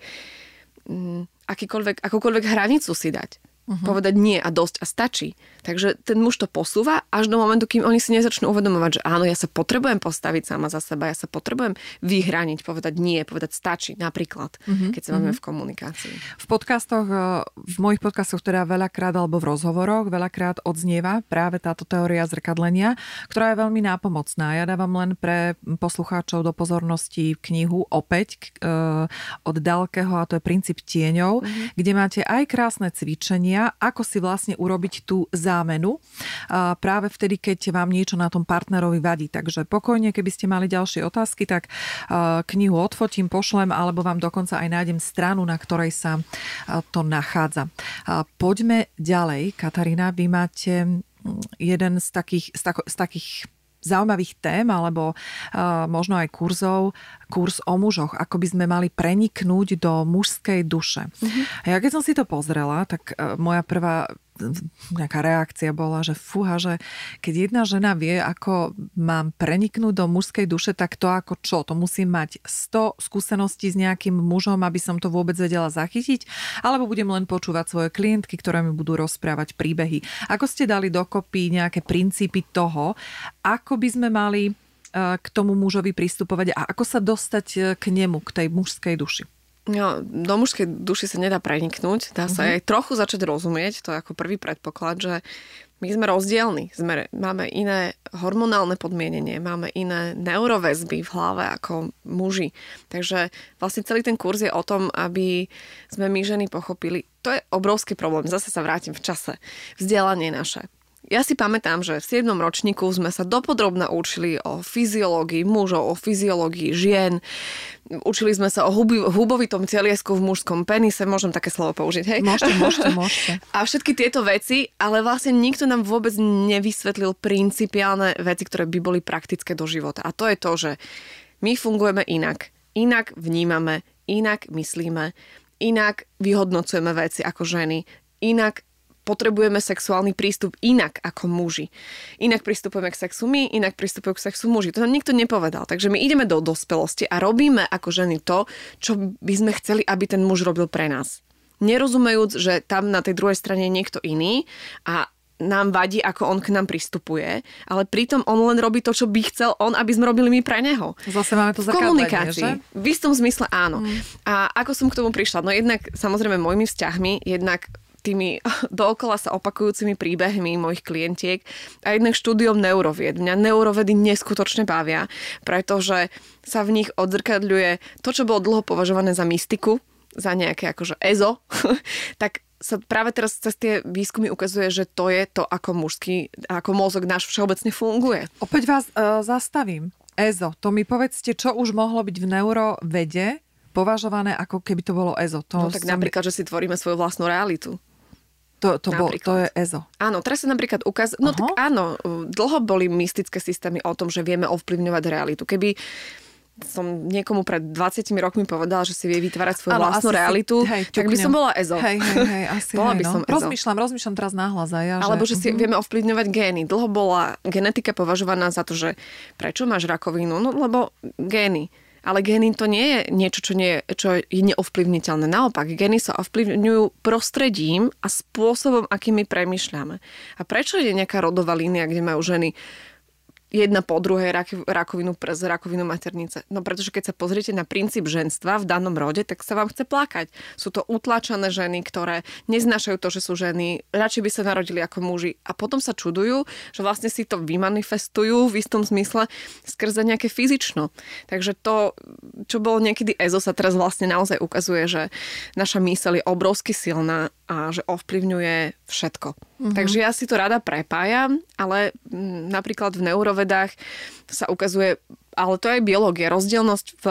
akýkoľvek, akúkoľvek hranicu si dať. Uh-huh. Povedať nie a dosť a stačí. Takže ten muž to posúva až do momentu, kým oni si nezačnú uvedomovať, že áno, ja sa potrebujem postaviť sama za seba, ja sa potrebujem vyhraniť, povedať nie, povedať stačí, napríklad, uh-huh. keď sa máme uh-huh. v komunikácii. V podcastoch, v mojich podcastoch teda veľakrát alebo v rozhovoroch veľakrát odznieva práve táto teória zrkadlenia, ktorá je veľmi nápomocná. Ja dávam len pre poslucháčov do pozornosti knihu opäť od Dalkeho, a to je Princíp tieňov, uh-huh. kde máte aj krásne cvičenie, ako si vlastne urobiť tú zámenu práve vtedy, keď vám niečo na tom partnerovi vadí. Takže pokojne, keby ste mali ďalšie otázky, tak knihu odfotím, pošlem, alebo vám dokonca aj nájdem stranu, na ktorej sa to nachádza. Poďme ďalej. Katarína, vy máte jeden z takých, z, tako, z takých zaujímavých tém, alebo uh, možno aj kurzov, kurz o mužoch, ako by sme mali preniknúť do mužskej duše. Uh-huh. A ja keď som si to pozrela, tak uh, moja prvá nejaká reakcia bola, že fúha, že keď jedna žena vie, ako mám preniknúť do mužskej duše, tak to ako čo? To musím mať sto skúseností s nejakým mužom, aby som to vôbec vedela zachytiť? Alebo budem len počúvať svoje klientky, ktoré mi budú rozprávať príbehy? Ako ste dali dokopy nejaké princípy toho, ako by sme mali k tomu mužovi pristupovať a ako sa dostať k nemu, k tej mužskej duši? No, do mužskej duši sa nedá preniknúť, dá sa uh-huh. aj trochu začať rozumieť, to je ako prvý predpoklad, že my sme rozdielni, sme, máme iné hormonálne podmienenie, máme iné neuroväzby v hlave ako muži. Takže vlastne celý ten kurz je o tom, aby sme my ženy pochopili, to je obrovský problém, zase sa vrátim v čase, vzdelanie naše. Ja si pamätám, že v siedmom ročníku sme sa dopodrobna učili o fyziológii mužov, o fyziológii žien. Učili sme sa o hubi, hubovitom teliesku v mužskom penise. Môžem také slovo použiť, hej? Môžete, môžete, môžete. A všetky tieto veci, ale vlastne nikto nám vôbec nevysvetlil principiálne veci, ktoré by boli praktické do života. A to je to, že my fungujeme inak. Inak vnímame, inak myslíme, inak vyhodnocujeme veci ako ženy, inak potrebujeme sexuálny prístup inak ako muži. Inak pristupujeme k sexu my, inak pristupujú k sexu muži. To nám nikto nepovedal. Takže my ideme do dospelosti a robíme ako ženy to, čo by sme chceli, aby ten muž robil pre nás. Nerozumejúc, že tam na tej druhej strane je niekto iný a nám vadí, ako on k nám pristupuje, ale pritom on len robí to, čo by chcel on, aby sme robili my pre neho. Zase máme to v komunikácii. že? V istom zmysle áno. Mm. A ako som k tomu prišla? No jednak, samozrejme, mojimi vzťahmi, jednak tými dookola sa opakujúcimi príbehmi mojich klientiek a jednak štúdiom neurovied. Mňa neurovedy neskutočne bavia, pretože sa v nich odzrkadľuje to, čo bolo dlho považované za mystiku, za nejaké akože ezo, tak sa práve teraz cez tie výskumy ukazuje, že to je to, ako mužský, ako mozog náš všeobecne funguje. Opäť vás uh, zastavím. Ezo, to mi povedzte, čo už mohlo byť v neurovede považované, ako keby to bolo ezo. To no tak som... napríklad, že si tvoríme svoju vlastnú realitu. To, to, bol, to je ezo. Áno, teraz sa napríklad ukazuje... No tak áno, dlho boli mystické systémy o tom, že vieme ovplyvňovať realitu. Keby som niekomu pred dvadsiatimi rokmi povedala, že si vie vytvárať svoju ano, vlastnú realitu, si, hej, tak by som bola ezo. Hej, hej, hej, asi bola hej, by no. som ezo. Rozmýšľam, rozmýšľam teraz nahlas aj ja. Alebo že, že si uh-huh. vieme ovplyvňovať gény. Dlho bola genetika považovaná za to, že prečo máš rakovinu? No lebo gény. Ale gény to nie je niečo, čo, nie, čo je neovplyvniteľné. Naopak, gény sa ovplyvňujú prostredím a spôsobom, akým my premýšľame. A prečo je nejaká rodová línia, kde majú ženy jedna po druhej rakovinu prs, rakovinu maternice? No pretože keď sa pozriete na princíp ženstva v danom rode, tak sa vám chce plakať. Sú to utláčané ženy, ktoré neznášajú to, že sú ženy, radšej by sa narodili ako muži a potom sa čudujú, že vlastne si to vymanifestujú v istom zmysle skrze nejaké fyzično. Takže to, čo bolo niekedy ezo, sa teraz vlastne naozaj ukazuje, že naša myseľ je obrovsky silná a že ovplyvňuje všetko. Mm-hmm. Takže ja si to rada prepájam, ale m, napríklad v neurovedách sa ukazuje, ale to je biológia, rozdielnosť v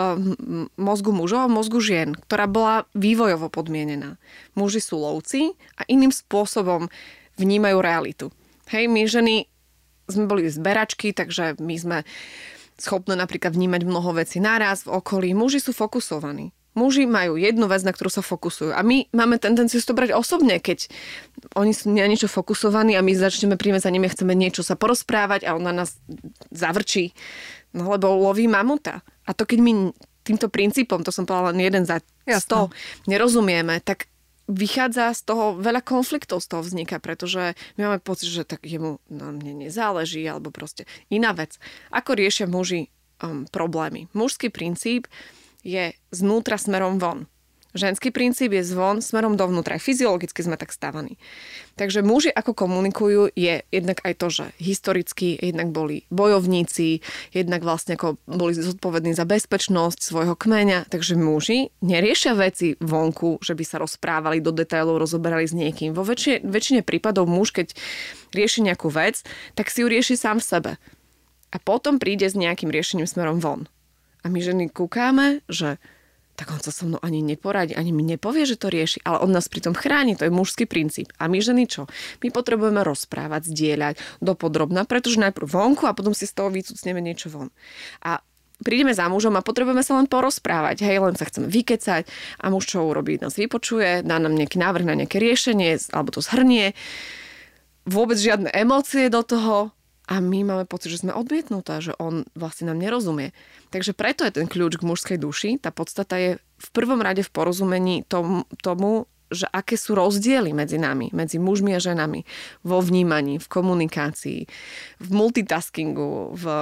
mozgu mužov a mozgu žien, ktorá bola vývojovo podmienená. Muži sú lovci a iným spôsobom vnímajú realitu. Hej, my ženy sme boli zberačky, takže my sme schopné napríklad vnímať mnoho vecí naraz v okolí. Muži sú fokusovaní. Muži majú jednu vec, na ktorú sa fokusujú. A my máme tendenciu si to brať osobne, keď oni sú na niečo fokusovaní a my začneme príjme za nimi, chceme niečo sa porozprávať a on na nás zavrčí. No lebo loví mamuta. A to keď my týmto princípom, to som povedala len jeden za sto, nerozumieme, tak vychádza z toho, veľa konfliktov z toho vzniká, pretože my máme pocit, že tak jemu na mne nezáleží, alebo proste iná vec. Ako riešia muži um, problémy? Mužský princíp je znútra smerom von. Ženský princíp je zvon smerom dovnútra. Fyziologicky sme tak stávaní. Takže muži ako komunikujú je jednak aj to, že historicky jednak boli bojovníci, jednak vlastne ako boli zodpovední za bezpečnosť svojho kmeňa. Takže muži neriešia veci vonku, že by sa rozprávali do detailov, rozoberali s niekým. Vo väčšine, väčšine prípadov muž, keď rieši nejakú vec, tak si ju rieši sám v sebe. A potom príde s nejakým riešením smerom von. A my ženy kúkáme, že tak on sa so mnou ani neporadí, ani mi nepovie, že to rieši, ale on nás pritom chráni, to je mužský princíp. A my ženy čo? My potrebujeme rozprávať, zdieľať dopodrobna, pretože najprv vonku a potom si z toho vycucneme niečo von. A prídeme za mužom a potrebujeme sa len porozprávať, hej, len sa chceme vykecať a muž čo urobí, nás vypočuje, dá nám nejaký návrh na nejaké riešenie, alebo to zhrnie. Vôbec žiadne emócie do toho. A my máme pocit, že sme odmietnuté, že on vlastne nám nerozumie. Takže preto je ten kľúč k mužskej duši. Tá podstata je v prvom rade v porozumení tom, tomu, že aké sú rozdiely medzi nami, medzi mužmi a ženami vo vnímaní, v komunikácii, v multitaskingu, v,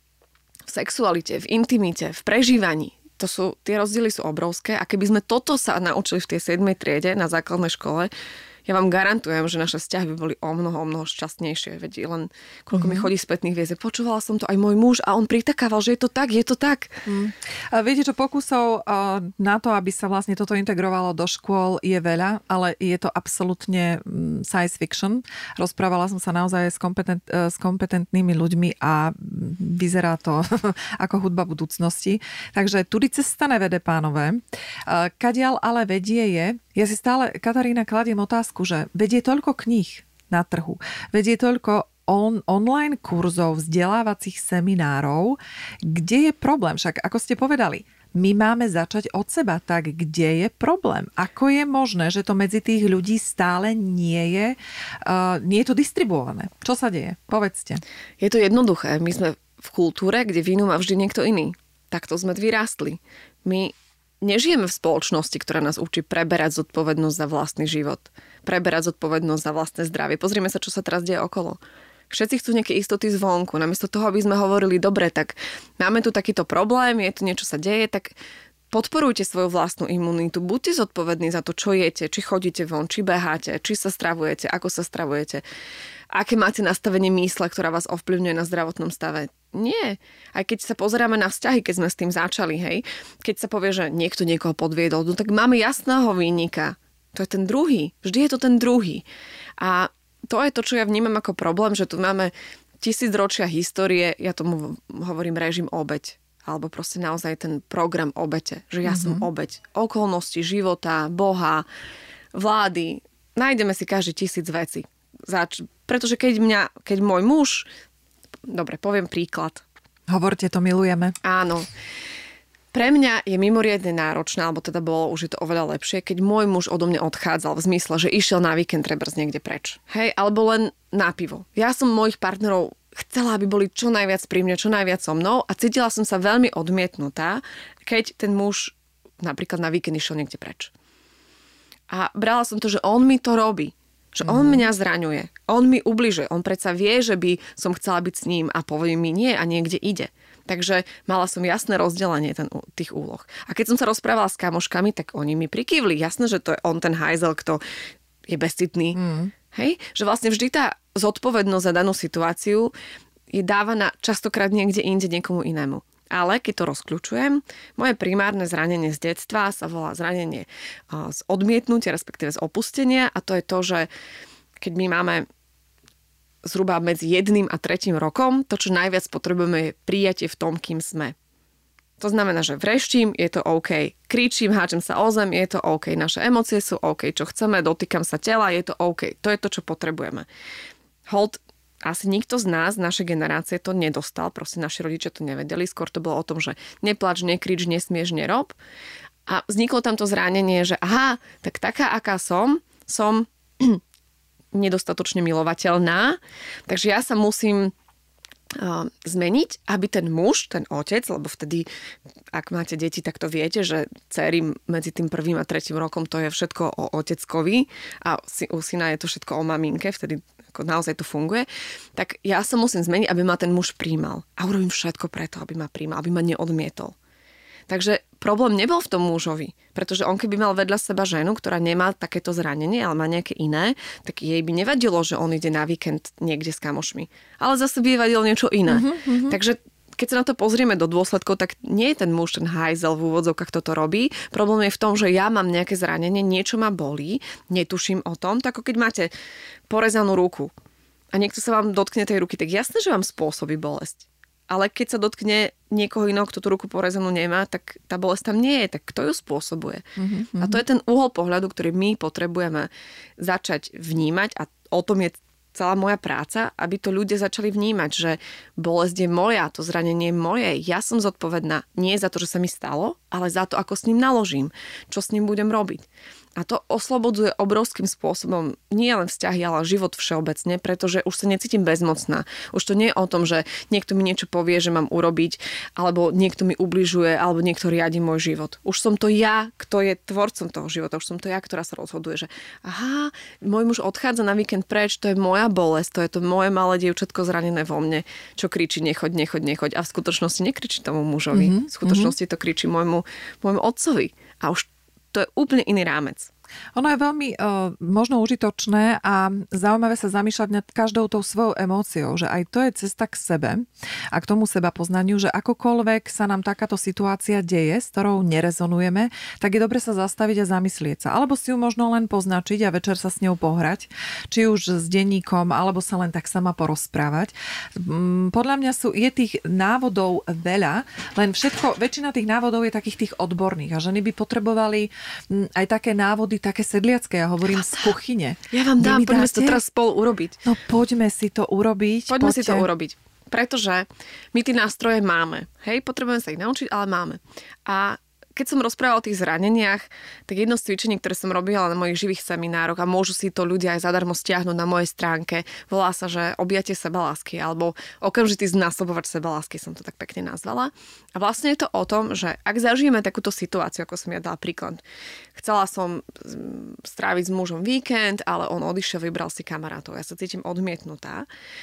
v sexualite, v intimite, v prežívaní. To sú, tie rozdiely sú obrovské a keby sme toto sa naučili v tej siedmej triede na základnej škole, Ja vám garantujem, že naše vzťahy by boli o mnoho, o mnoho šťastnejšie. Veď len koľko mm-hmm. mi chodí spätných viez. Počúvala som to aj môj muž a on pritakával, že je to tak, je to tak. Mm. A viete, čo pokusov na to, aby sa vlastne toto integrovalo do škôl je veľa, ale je to absolútne science fiction. Rozprávala som sa naozaj s, kompetent, s kompetentnými ľuďmi a vyzerá to ako hudba budúcnosti. Takže tudy cesta nevede, pánové. Kadiaľ ale vedie je, ja si stále, Katarína, kladiem otázku, že vedie toľko kníh na trhu, vedie toľko on, online kurzov, vzdelávacích seminárov, kde je problém? Však ako ste povedali, my máme začať od seba, tak kde je problém? Ako je možné, že to medzi tých ľudí stále nie je, uh, nie je to distribuované? Čo sa deje? Povedzte. Je to jednoduché. My sme v kultúre, kde vinu má vždy niekto iný. Takto sme vyrástli. My nežijeme v spoločnosti, ktorá nás učí preberať zodpovednosť za vlastný život. Preberať zodpovednosť za vlastné zdravie. Pozrime sa, čo sa teraz deje okolo. Všetci chcú nejaké istoty zvonku. Namiesto toho, aby sme hovorili, dobre, tak máme tu takýto problém, je tu niečo sa deje, tak podporujte svoju vlastnú imunitu. Buďte zodpovední za to, čo jete, či chodíte von, či beháte, či sa stravujete, ako sa stravujete. Aké máte nastavenie mysle, ktorá vás ovplyvňuje na zdravotnom stave. Nie. Aj keď sa pozeráme na vzťahy, keď sme s tým začali, hej, keď sa povie, že niekto niekoho podviedol, no tak máme jasného vinníka. To je ten druhý. Vždy je to ten druhý. A to je to, čo ja vnímam ako problém, že tu máme tisícročia histórie, ja tomu hovorím režim obeť. Alebo proste naozaj ten program obete. Že ja mm-hmm. som obeť. Okolnosti života, Boha, vlády. Nájdeme si každý tisíc vecí. Zač- pretože keď mňa, keď môj muž, dobre, poviem príklad. Hovorte, to milujeme. Áno. Pre mňa je mimoriadne náročné, alebo teda bolo, už je to oveľa lepšie, keď môj muž odo mňa odchádzal v zmysle, že išiel na víkend trebárs niekde preč. Hej, alebo len na pivo. Ja som mojich partnerov chcela, aby boli čo najviac pri mne, čo najviac so mnou a cítila som sa veľmi odmietnutá, keď ten muž napríklad na víkend išiel niekde preč. A brala som to, že on mi to robí. Že on mm. mňa zraňuje. On mi ubližuje. On predsa vie, že by som chcela byť s ním a povie mi nie a niekde ide. Takže mala som jasné rozdelenie ten, tých úloh. A keď som sa rozprávala s kamoškami, tak oni mi prikývli. Jasné, že to je on ten hajzel, kto je bezcitný. Mm. Hej? Že vlastne vždy tá zodpovednosť za danú situáciu je dávaná častokrát niekde inde niekomu inému. Ale keď to rozkľúčujem, moje primárne zranenie z detstva sa volá zranenie z odmietnutia, respektíve z opustenia. A to je to, že keď my máme zhruba medzi jedným a tretím rokom, to, čo najviac potrebujeme, je prijatie v tom, kým sme. To znamená, že vreštím, je to OK. Kričím, háčem sa o zem, je to OK. Naše emócie sú OK. Čo chceme, dotýkam sa tela, je to OK. To je to, čo potrebujeme. Hold, asi nikto z nás, našej generácie to nedostal. Proste naši rodičia to nevedeli. Skôr to bolo o tom, že neplač, nekrič, nesmieš, nerob. A vzniklo tam to zranenie, že aha, tak taká, aká som, som nedostatočne milovateľná. Takže ja sa musím uh, zmeniť, aby ten muž, ten otec, lebo vtedy, ak máte deti, tak to viete, že dcery medzi tým prvým a tretím rokom to je všetko o oteckovi a u syna je to všetko o maminke, vtedy ako naozaj to funguje. Tak ja sa musím zmeniť, aby ma ten muž príjmal. A urobím všetko preto, aby ma príjmal, aby ma neodmietol. Takže problém nebol v tom mužovi, pretože on keby mal vedľa seba ženu, ktorá nemá takéto zranenie, ale má nejaké iné, tak jej by nevadilo, že on ide na víkend niekde s kamošmi. Ale zase by jej vadilo niečo iné. Uh-huh, uh-huh. Takže keď sa na to pozrieme do dôsledkov, tak nie je ten muž, ten hajzel v úvodzovkách, kto to robí. Problém je v tom, že ja mám nejaké zranenie, niečo ma bolí, netuším o tom, tak ako keď máte porezanú ruku a niekto sa vám dotkne tej ruky, tak jasné, že vám spôsobí bolesť. Ale keď sa dotkne niekoho iného, kto tú ruku porezanú nemá, tak tá bolesť tam nie je. Tak kto ju spôsobuje? Mm-hmm. A to je ten uhol pohľadu, ktorý my potrebujeme začať vnímať a o tom je celá moja práca, aby to ľudia začali vnímať, že bolesť je moja, to zranenie je moje. Ja som zodpovedná nie za to, že sa mi stalo, ale za to, ako s ním naložím, čo s ním budem robiť. A to oslobodzuje obrovským spôsobom nie len vzťahy, ale život všeobecne, pretože už sa necítim bezmocná. Už to nie je o tom, že niekto mi niečo povie, že mám urobiť, alebo niekto mi ubližuje, alebo niekto riadi môj život. Už som to ja, kto je tvorcom toho života. Už som to ja, ktorá sa rozhoduje, že aha, môj muž odchádza na víkend preč, to je moja bolesť, to je to moje malé dievčatko zranené vo mne, čo kričí nechoď, nechoď, nechoď. A v skutočnosti nekričí tomu mužovi. Mm-hmm. V skutočnosti to kričí môjmu, môjmu otcovi. A už to je úplne iný rámec. Ono je veľmi uh, možno užitočné a zaujímavé sa zamýšľať nad každou tou svojou emóciou, že aj to je cesta k sebe a k tomu seba poznaniu, že akokoľvek sa nám takáto situácia deje, s ktorou nerezonujeme, tak je dobre sa zastaviť a zamyslieť sa. Alebo si ju možno len poznačiť a večer sa s ňou pohrať, či už s denníkom, alebo sa len tak sama porozprávať. Podľa mňa sú, je tých návodov veľa, len všetko, väčšina tých návodov je takých tých odborných a ženy by potrebovali aj také návody, také sedliacké, ja hovorím z kuchyne. Ja vám dám, poďme si to teraz spolu urobiť. No poďme si to urobiť. Poďme poďte. si to urobiť. Pretože my tie nástroje máme. Hej, potrebujeme sa ich naučiť, ale máme. A keď som rozprávala o tých zraneniach, tak jedno z cvičení, ktoré som robila na mojich živých seminároch a môžu si to ľudia aj zadarmo stiahnuť na mojej stránke, volá sa, že objatie sebalásky alebo okamžitý znásobovač sebalásky, som to tak pekne nazvala. A vlastne je to o tom, že ak zažijeme takúto situáciu, ako som ja dala príklad, chcela som stráviť s mužom víkend, ale on odišiel, vybral si kamarátov, ja sa cítim odmietnutá,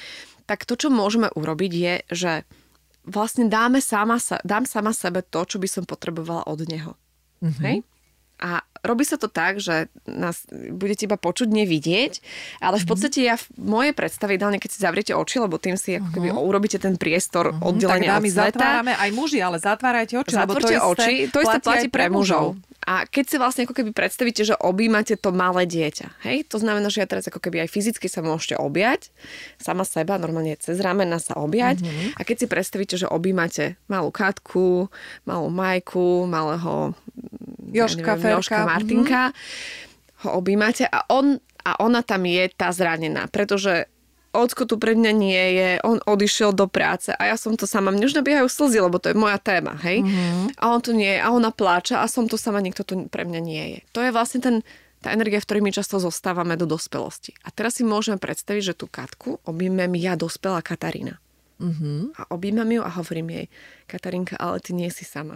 tak to, čo môžeme urobiť je, že vlastne dáme sama, dám sama sebe to, čo by som potrebovala od neho. Mm-hmm. Hej? A robí sa to tak, že nás budete iba počuť, nevidieť, ale v podstate ja v mojej predstave, ideálne keď si zavriete oči, lebo tým si ako keby uh-huh. urobíte ten priestor uh-huh. oddelenia od sveta. Zatvárame aj muži, ale zatvárajte oči, lebo to isté, oči, to isté platí, platí pre mužov. A keď si vlastne ako keby predstavíte, že objímate to malé dieťa, hej, to znamená, že ja teraz ako keby aj fyzicky sa môžete objať, sama seba, normálne cez ramena sa objať. Uh-huh. A keď si predstavíte, že objímate malú Katku, malú Majku, malého Jožka, ja neviem, Jožka, Martinka, mm-hmm. ho objímate a, on, a ona tam je tá zranená, pretože ocko tu pre mňa nie je, on odišiel do práce a ja som to sama, mne už nabiehajú slzy, lebo to je moja téma, hej? Mm-hmm. A on tu nie je a ona pláča a som tu sama, niekto tu pre mňa nie je. To je vlastne ten, tá energia, v ktorej my často zostávame do dospelosti. A teraz si môžeme predstaviť, že tú Katku objímem ja, dospelá Katarína. Mm-hmm. A objímam ju a hovorím jej, Katarinka, ale ty nie si sama.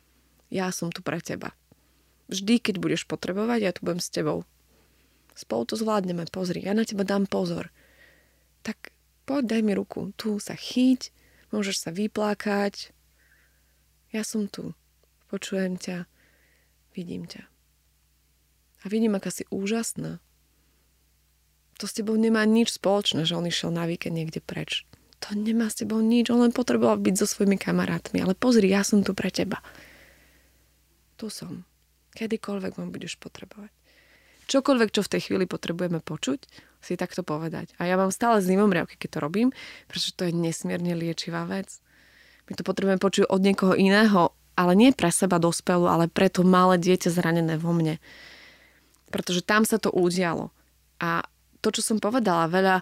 Ja som tu pre teba. Vždy, keď budeš potrebovať, ja tu budem s tebou. Spolu to zvládneme, pozri, ja na teba dám pozor. Tak poď, daj mi ruku. Tu sa chyť, môžeš sa vyplákať. Ja som tu. Počujem ťa, vidím ťa. A vidím, aká si úžasná. To s tebou nemá nič spoločné, že on išiel na víkend niekde preč. To nemá s tebou nič, on len potreboval byť so svojimi kamarátmi. Ale pozri, ja som tu pre teba. Tu som. Kedykoľvek vám budeš potrebovať. Čokoľvek, čo v tej chvíli potrebujeme počuť, si takto povedať. A ja mám stále zimomriavky, keď to robím, pretože to je nesmierne liečivá vec. My to potrebujeme počuť od niekoho iného, ale nie pre seba dospelú, ale pre to malé dieťa zranené vo mne. Pretože tam sa to udialo. A to, čo som povedala, veľa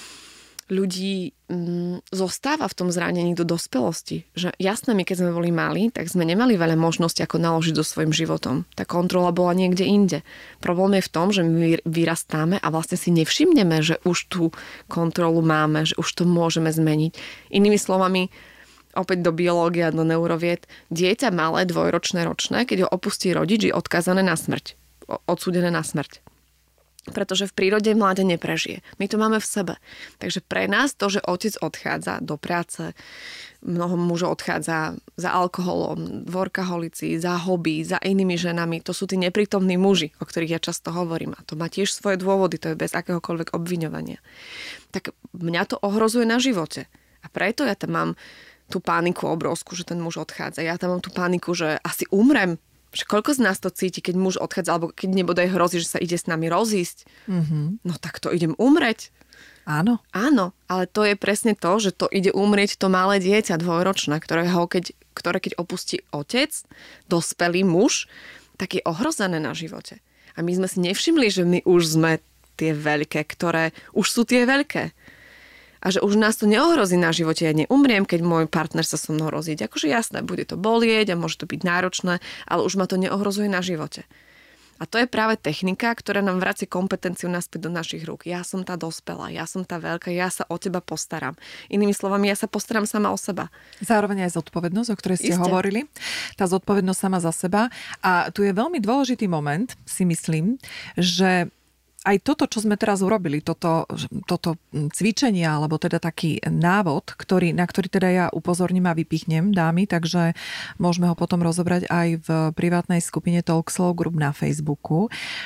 ľudí mm, zostáva v tom zranení do dospelosti. Že jasné, my keď sme boli mali, tak sme nemali veľa možností, ako naložiť so svojím životom. Tá kontrola bola niekde inde. Problém je v tom, že my vyrastáme a vlastne si nevšimneme, že už tú kontrolu máme, že už to môžeme zmeniť. Inými slovami, opäť do biológie a do neurovied, dieťa malé, dvojročné, ročné, keď ho opustí rodič, je odkázané na smrť. Odsúdené na smrť. Pretože v prírode mláde neprežije. My to máme v sebe. Takže pre nás to, že otec odchádza do práce, mnoho mužov odchádza za alkoholom, workaholici, za hobby, za inými ženami, to sú tí neprítomní muži, o ktorých ja často hovorím. A to má tiež svoje dôvody, to je bez akéhokoľvek obviňovania. Tak mňa to ohrozuje na živote. A preto ja tam mám tú paniku obrovskú, že ten muž odchádza. Ja tam mám tú paniku, že asi umrem. Že koľko z nás to cíti, keď muž odchádza, alebo keď nebodaj hrozí, že sa ide s nami rozísť. Mm-hmm. No tak to idem umrieť. Áno. Áno, ale to je presne to, že to ide umrieť to malé dieťa dvojročné, ktorého keď, ktoré keď opustí otec, dospelý muž, tak je ohrozené na živote. A my sme si nevšimli, že my už sme tie veľké, ktoré už sú tie veľké. A že už nás to neohrozí na živote. Ja neumriem, keď môj partner sa so mnou rozíde. Akože jasné, bude to bolieť a môže to byť náročné, ale už ma to neohrozuje na živote. A to je práve technika, ktorá nám vracia kompetenciu naspäť do našich rúk. Ja som tá dospelá, ja som tá veľká, ja sa o teba postaram. Inými slovami, ja sa postaram sama o seba. Zároveň aj zodpovednosť, o ktorej ste Isté. hovorili. Tá zodpovednosť sama za seba. A tu je veľmi dôležitý moment, si myslím, že aj toto, čo sme teraz urobili, toto, toto cvičenie, alebo teda taký návod, ktorý, na ktorý teda ja upozorním a vypichnem, dámy, takže môžeme ho potom rozobrať aj v privátnej skupine Talkslow Group na Facebooku.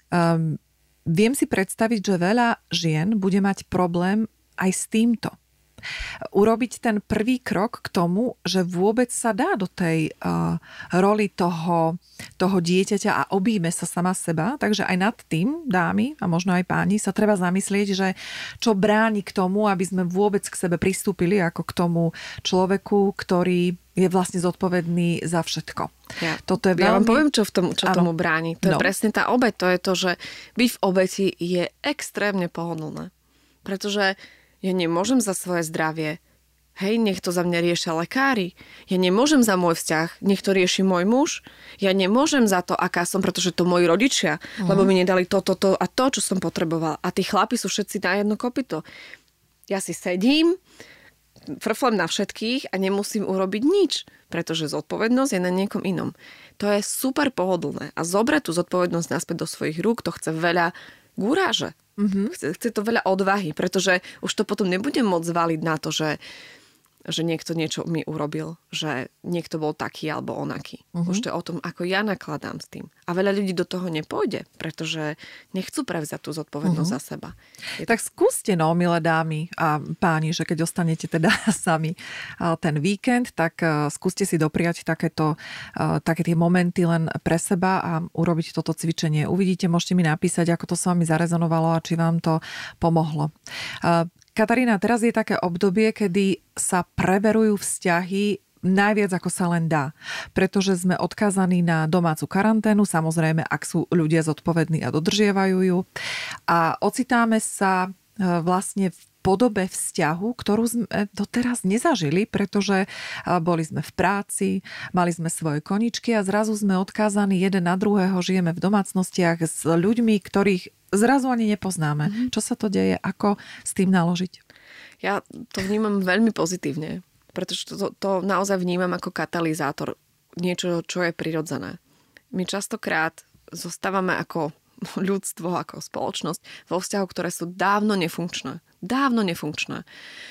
Um, viem si predstaviť, že veľa žien bude mať problém aj s týmto. Urobiť ten prvý krok k tomu, že vôbec sa dá do tej uh, roli toho, toho dieťaťa a obíme sa sama seba. Takže aj nad tým, dámy a možno aj páni, sa treba zamyslieť, že čo bráni k tomu, aby sme vôbec k sebe pristúpili ako k tomu človeku, ktorý je vlastne zodpovedný za všetko. Ja, Toto je veľmi... ja vám poviem, čo, v tom, čo tomu bráni. To no. je presne tá obeť. To je to, že byť v obeti je extrémne pohodlné. Pretože ja nemôžem za svoje zdravie. Hej, nech to za mňa riešia lekári. Ja nemôžem za môj vzťah. Nech to rieši môj muž. Ja nemôžem za to, aká som, pretože to moji rodičia. Mm. Lebo mi nedali toto, to, to a to, čo som potrebovala. A tí chlapi sú všetci na jedno kopyto. Ja si sedím, frflem na všetkých a nemusím urobiť nič. Pretože zodpovednosť je na niekom inom. To je super pohodlné. A zobrať tú zodpovednosť naspäť do svojich rúk, to chce veľa guráže. Mm-hmm. Chce, chce to veľa odvahy, pretože už to potom nebudem môcť zvaliť na to, že, že niekto niečo mi urobil, že niekto bol taký alebo onaký. Mm-hmm. Už to je o tom, ako ja nakladám s tým. A veľa ľudí do toho nepôjde, pretože nechcú prevzať tú zodpovednosť mm-hmm. za seba. Je tak to... skúste, no, milé dámy a páni, že keď ostanete teda sami ten víkend, tak skúste si dopriať takéto, také tie momenty len pre seba a urobiť toto cvičenie. Uvidíte, môžete mi napísať, ako to s vami zarezonovalo a či vám to pomohlo. Katarína, teraz je také obdobie, kedy sa preverujú vzťahy najviac, ako sa len dá. Pretože sme odkázaní na domácu karanténu, samozrejme, ak sú ľudia zodpovední a dodržiavajú ju. A ocitáme sa vlastne v podobe vzťahu, ktorú sme doteraz nezažili, pretože boli sme v práci, mali sme svoje koničky a zrazu sme odkázaní jeden na druhého, žijeme v domácnostiach s ľuďmi, ktorých zrazu ani nepoznáme. Mm-hmm. Čo sa to deje? Ako s tým naložiť? Ja to vnímam veľmi pozitívne, pretože to, to naozaj vnímam ako katalizátor. Niečo, čo je prirodzené. My častokrát zostávame ako ľudstvo, ako spoločnosť vo vzťahoch, ktoré sú dávno nefunkčné. Dávno nefunkčné.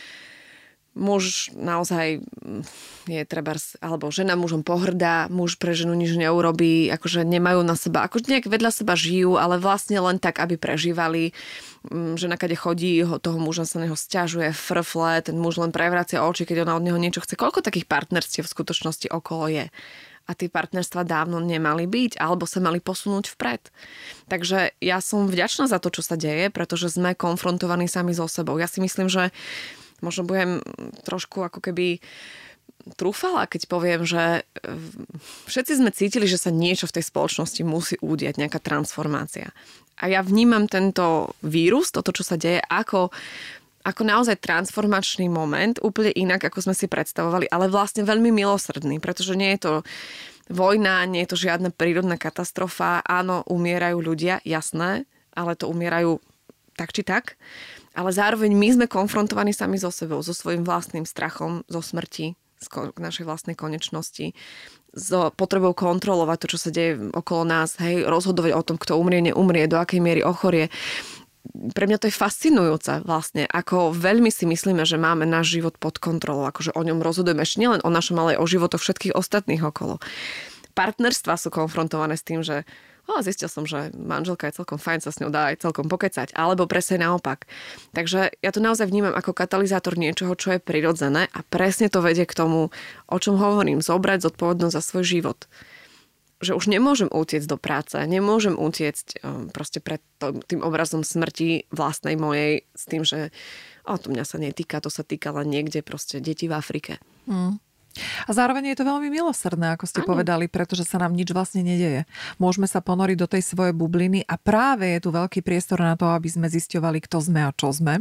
Muž naozaj je trebárs, alebo žena mužom pohrdá, muž pre ženu nič neurobí, akože nemajú na seba, akože nejak vedľa seba žijú, ale vlastne len tak, aby prežívali. Žena, kade chodí, toho muža sa neho sťažuje, frfle, ten muž len prevracia oči, keď ona od neho niečo chce. Koľko takých partnerstiev v skutočnosti okolo je? A tie partnerstva dávno nemali byť, alebo sa mali posunúť vpred. Takže ja som vďačná za to, čo sa deje, pretože sme konfrontovaní sami so sebou. Ja si myslím, že možno budem trošku ako keby trúfala, keď poviem, že všetci sme cítili, že sa niečo v tej spoločnosti musí udiať, nejaká transformácia. A ja vnímam tento vírus, toto, čo sa deje, ako, ako naozaj transformačný moment, úplne inak, ako sme si predstavovali, ale vlastne veľmi milosrdný, pretože nie je to vojna, nie je to žiadna prírodná katastrofa. Áno, umierajú ľudia, jasné, ale to umierajú tak či tak. Ale zároveň my sme konfrontovaní sami so sebou, so svojím vlastným strachom zo smrti, z našej vlastnej konečnosti, s potrebou kontrolovať to, čo sa deje okolo nás, hej, rozhodovať o tom, kto umrie, neumrie, do akej miery ochorie. Pre mňa to je fascinujúce vlastne, ako veľmi si myslíme, že máme náš život pod kontrolou, akože o ňom rozhodujeme ešte nielen o našom, ale aj o životoch všetkých ostatných okolo. Partnerstvá sú konfrontované s tým, že oh, zistil som, že manželka je celkom fajn, sa s ňou dá aj celkom pokecať, alebo presne naopak. Takže ja to naozaj vnímam ako katalizátor niečoho, čo je prirodzené a presne to vedie k tomu, o čom hovorím, zobrať zodpovednosť za svoj život. Že už nemôžem utiecť do práce, nemôžem utiecť proste pred tým obrazom smrti vlastnej mojej s tým, že oh, to mňa sa netýka, to sa týka len niekde proste deti v Afrike. Hmm. A zároveň je to veľmi milosrdné, ako ste ano. povedali, pretože sa nám nič vlastne nedeje. Môžeme sa ponoriť do tej svojej bubliny a práve je tu veľký priestor na to, aby sme zisťovali, kto sme a čo sme.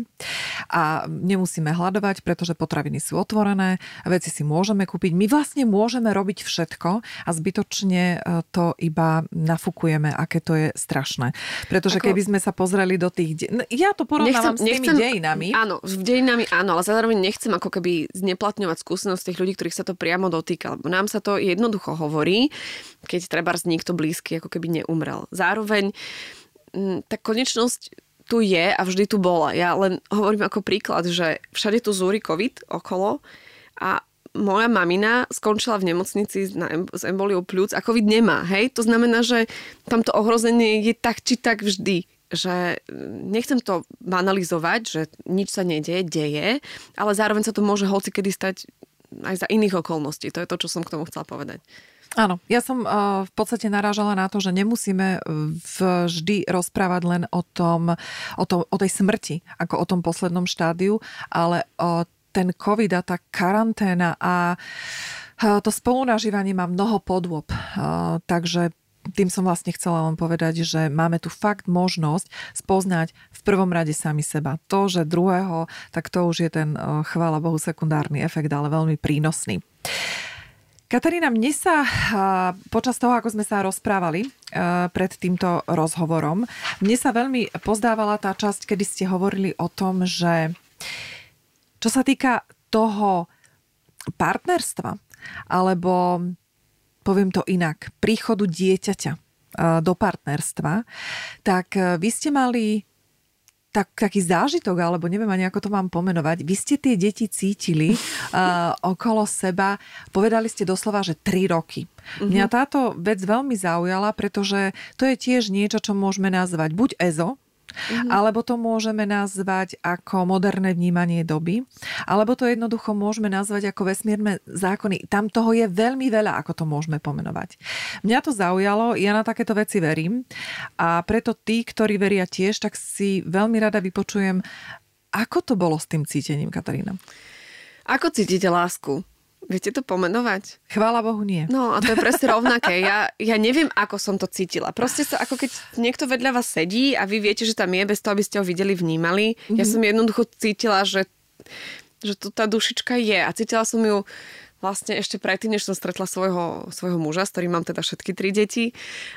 A nemusíme hľadovať, pretože potraviny sú otvorené, veci si môžeme kúpiť. My vlastne môžeme robiť všetko a zbytočne to iba nafúkujeme, aké to je strašné. Pretože ako... keby sme sa pozreli do tých... De... Ja to porovnávam nechcem, s tými nechcem... dejinami. Áno, s dejinami áno, ale zároveň nechcem ako keby zneplatňovať skúsenosť tých ľudí, ktorých sa to priamo dotýka. Lebo nám sa to jednoducho hovorí, keď trebárs niekto blízky ako keby neumrel. Zároveň tá konečnosť tu je a vždy tu bola. Ja len hovorím ako príklad, že všade tu zúri COVID okolo a moja mamina skončila v nemocnici s emboliou pľúc a COVID nemá, hej? To znamená, že tamto ohrozenie je tak či tak vždy. Že nechcem to banalizovať, že nič sa nedieje, deje, ale zároveň sa to môže hocikedy stať aj za iných okolností. To je to, čo som k tomu chcela povedať. Áno, ja som uh, v podstate narážala na to, že nemusíme vždy rozprávať len o tom, o, to, o tej smrti, ako o tom poslednom štádiu, ale o ten COVID a tá karanténa a uh, to spolunažívanie má mnoho podôb. Uh, takže tým som vlastne chcela len povedať, že máme tu fakt možnosť spoznať v prvom rade sami seba. To, že druhého, tak to už je ten, chvála Bohu, sekundárny efekt, ale veľmi prínosný. Katarína, mne sa počas toho, ako sme sa rozprávali pred týmto rozhovorom, mne sa veľmi pozdávala tá časť, kedy ste hovorili o tom, že čo sa týka toho partnerstva, alebo poviem to inak, príchodu dieťaťa do partnerstva, tak vy ste mali tak, taký zážitok, alebo neviem ani ako to mám pomenovať. Vy ste tie deti cítili uh, okolo seba, povedali ste doslova, že tri roky. Mm-hmm. Mňa táto vec veľmi zaujala, pretože to je tiež niečo, čo môžeme nazvať buď EZO, Mm-hmm. alebo to môžeme nazvať ako moderné vnímanie doby, alebo to jednoducho môžeme nazvať ako vesmírne zákony. Tam toho je veľmi veľa, ako to môžeme pomenovať. Mňa to zaujalo, ja na takéto veci verím a preto tí, ktorí veria tiež, tak si veľmi rada vypočujem, ako to bolo s tým cítením, Katarína. Ako cítite lásku? Viete to pomenovať? Chvála Bohu, nie. No a to je presne rovnaké. Ja, ja neviem, ako som to cítila. Proste sa, ako keď niekto vedľa vás sedí a vy viete, že tam je, bez toho, aby ste ho videli, vnímali. Mm-hmm. Ja som jednoducho cítila, že, že tu tá dušička je a cítila som ju vlastne ešte predtým, než som stretla svojho, svojho muža, s ktorým mám teda všetky tri deti.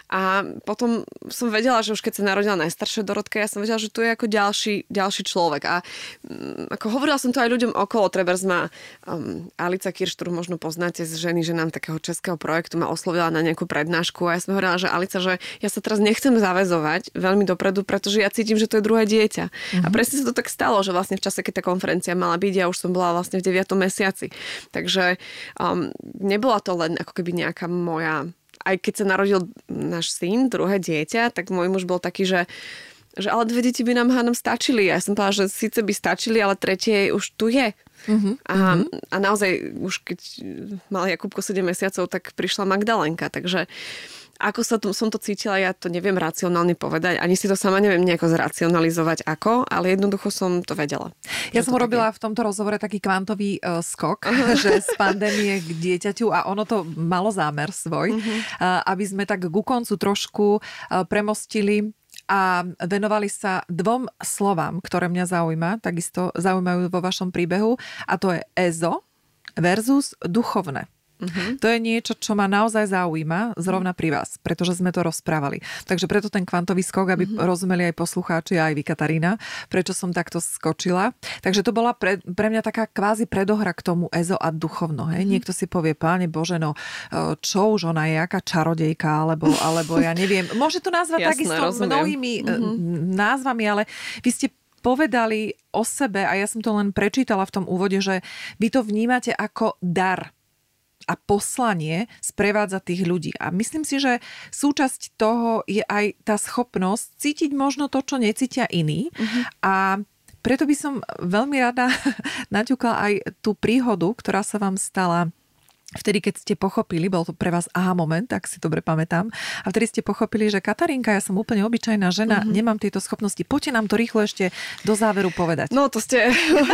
A potom som vedela, že už keď sa narodila najstaršia Dorotka, ja som vedela, že tu je ako ďalší, ďalší človek. A um, ako hovorila som to aj ľuďom okolo, trebárs ma um, Alica Kirš, ktorú možno poznáte z ženy, že nám takého českého projektu ma oslovila na nejakú prednášku a ja som hovorila, že Alica, že ja sa teraz nechcem zaväzovať veľmi dopredu, pretože ja cítim, že to je druhé dieťa. Mm-hmm. A presne sa to tak stalo, že vlastne v čase, keď tá konferencia mala byť, ja už som bola vlastne v deviatom mesiaci. Takže Um, nebola to len ako keby nejaká moja... Aj keď sa narodil náš syn, druhé dieťa, tak môj muž bol taký, že, že ale dve deti by nám hádam stačili. A ja som povedala, že síce by stačili, ale tretie už tu je. Uh-huh. A, a naozaj už keď mal Jakubko sedem mesiacov, tak prišla Magdalenka. Takže ako sa to, som to cítila, ja to neviem racionálne povedať. Ani si to sama neviem nejako zracionalizovať ako, ale jednoducho som to vedela. Ja som robila je. v tomto rozhovore taký kvantový uh, skok, uh-huh. že z pandémie k dieťaťu a ono to malo zámer svoj, uh-huh. uh, aby sme tak ku koncu trošku uh, premostili a venovali sa dvom slovám, ktoré mňa zaujíma, takisto zaujímajú vo vašom príbehu a to je EZO versus duchovné. Uh-huh. To je niečo, čo ma naozaj zaujíma zrovna pri vás, pretože sme to rozprávali. Takže preto ten kvantový skok, aby uh-huh. rozumeli aj poslucháči, aj vy, Katarína, prečo som takto skočila. Takže to bola pre, pre mňa taká kvázi predohra k tomu EZO a duchovno. Hej? Uh-huh. Niekto si povie, Páne Bože, no čo už ona je, aká čarodejka, alebo, alebo ja neviem. Môže to nazvať Jasné, takisto rozumiem. mnohými uh-huh. názvami, ale vy ste povedali o sebe, a ja som to len prečítala v tom úvode, že vy to vnímate ako dar a poslanie sprevádza tých ľudí. A myslím si, že súčasť toho je aj tá schopnosť cítiť možno to, čo necítia iní. Uh-huh. A preto by som veľmi rada naťukla aj tú príhodu, ktorá sa vám stala vtedy, keď ste pochopili, bol to pre vás aha moment, ak si dobre pamätám, a vtedy ste pochopili, že Katarínka, ja som úplne obyčajná žena, mm-hmm. nemám tieto schopnosti. Poďte nám to rýchlo ešte do záveru povedať. No to ste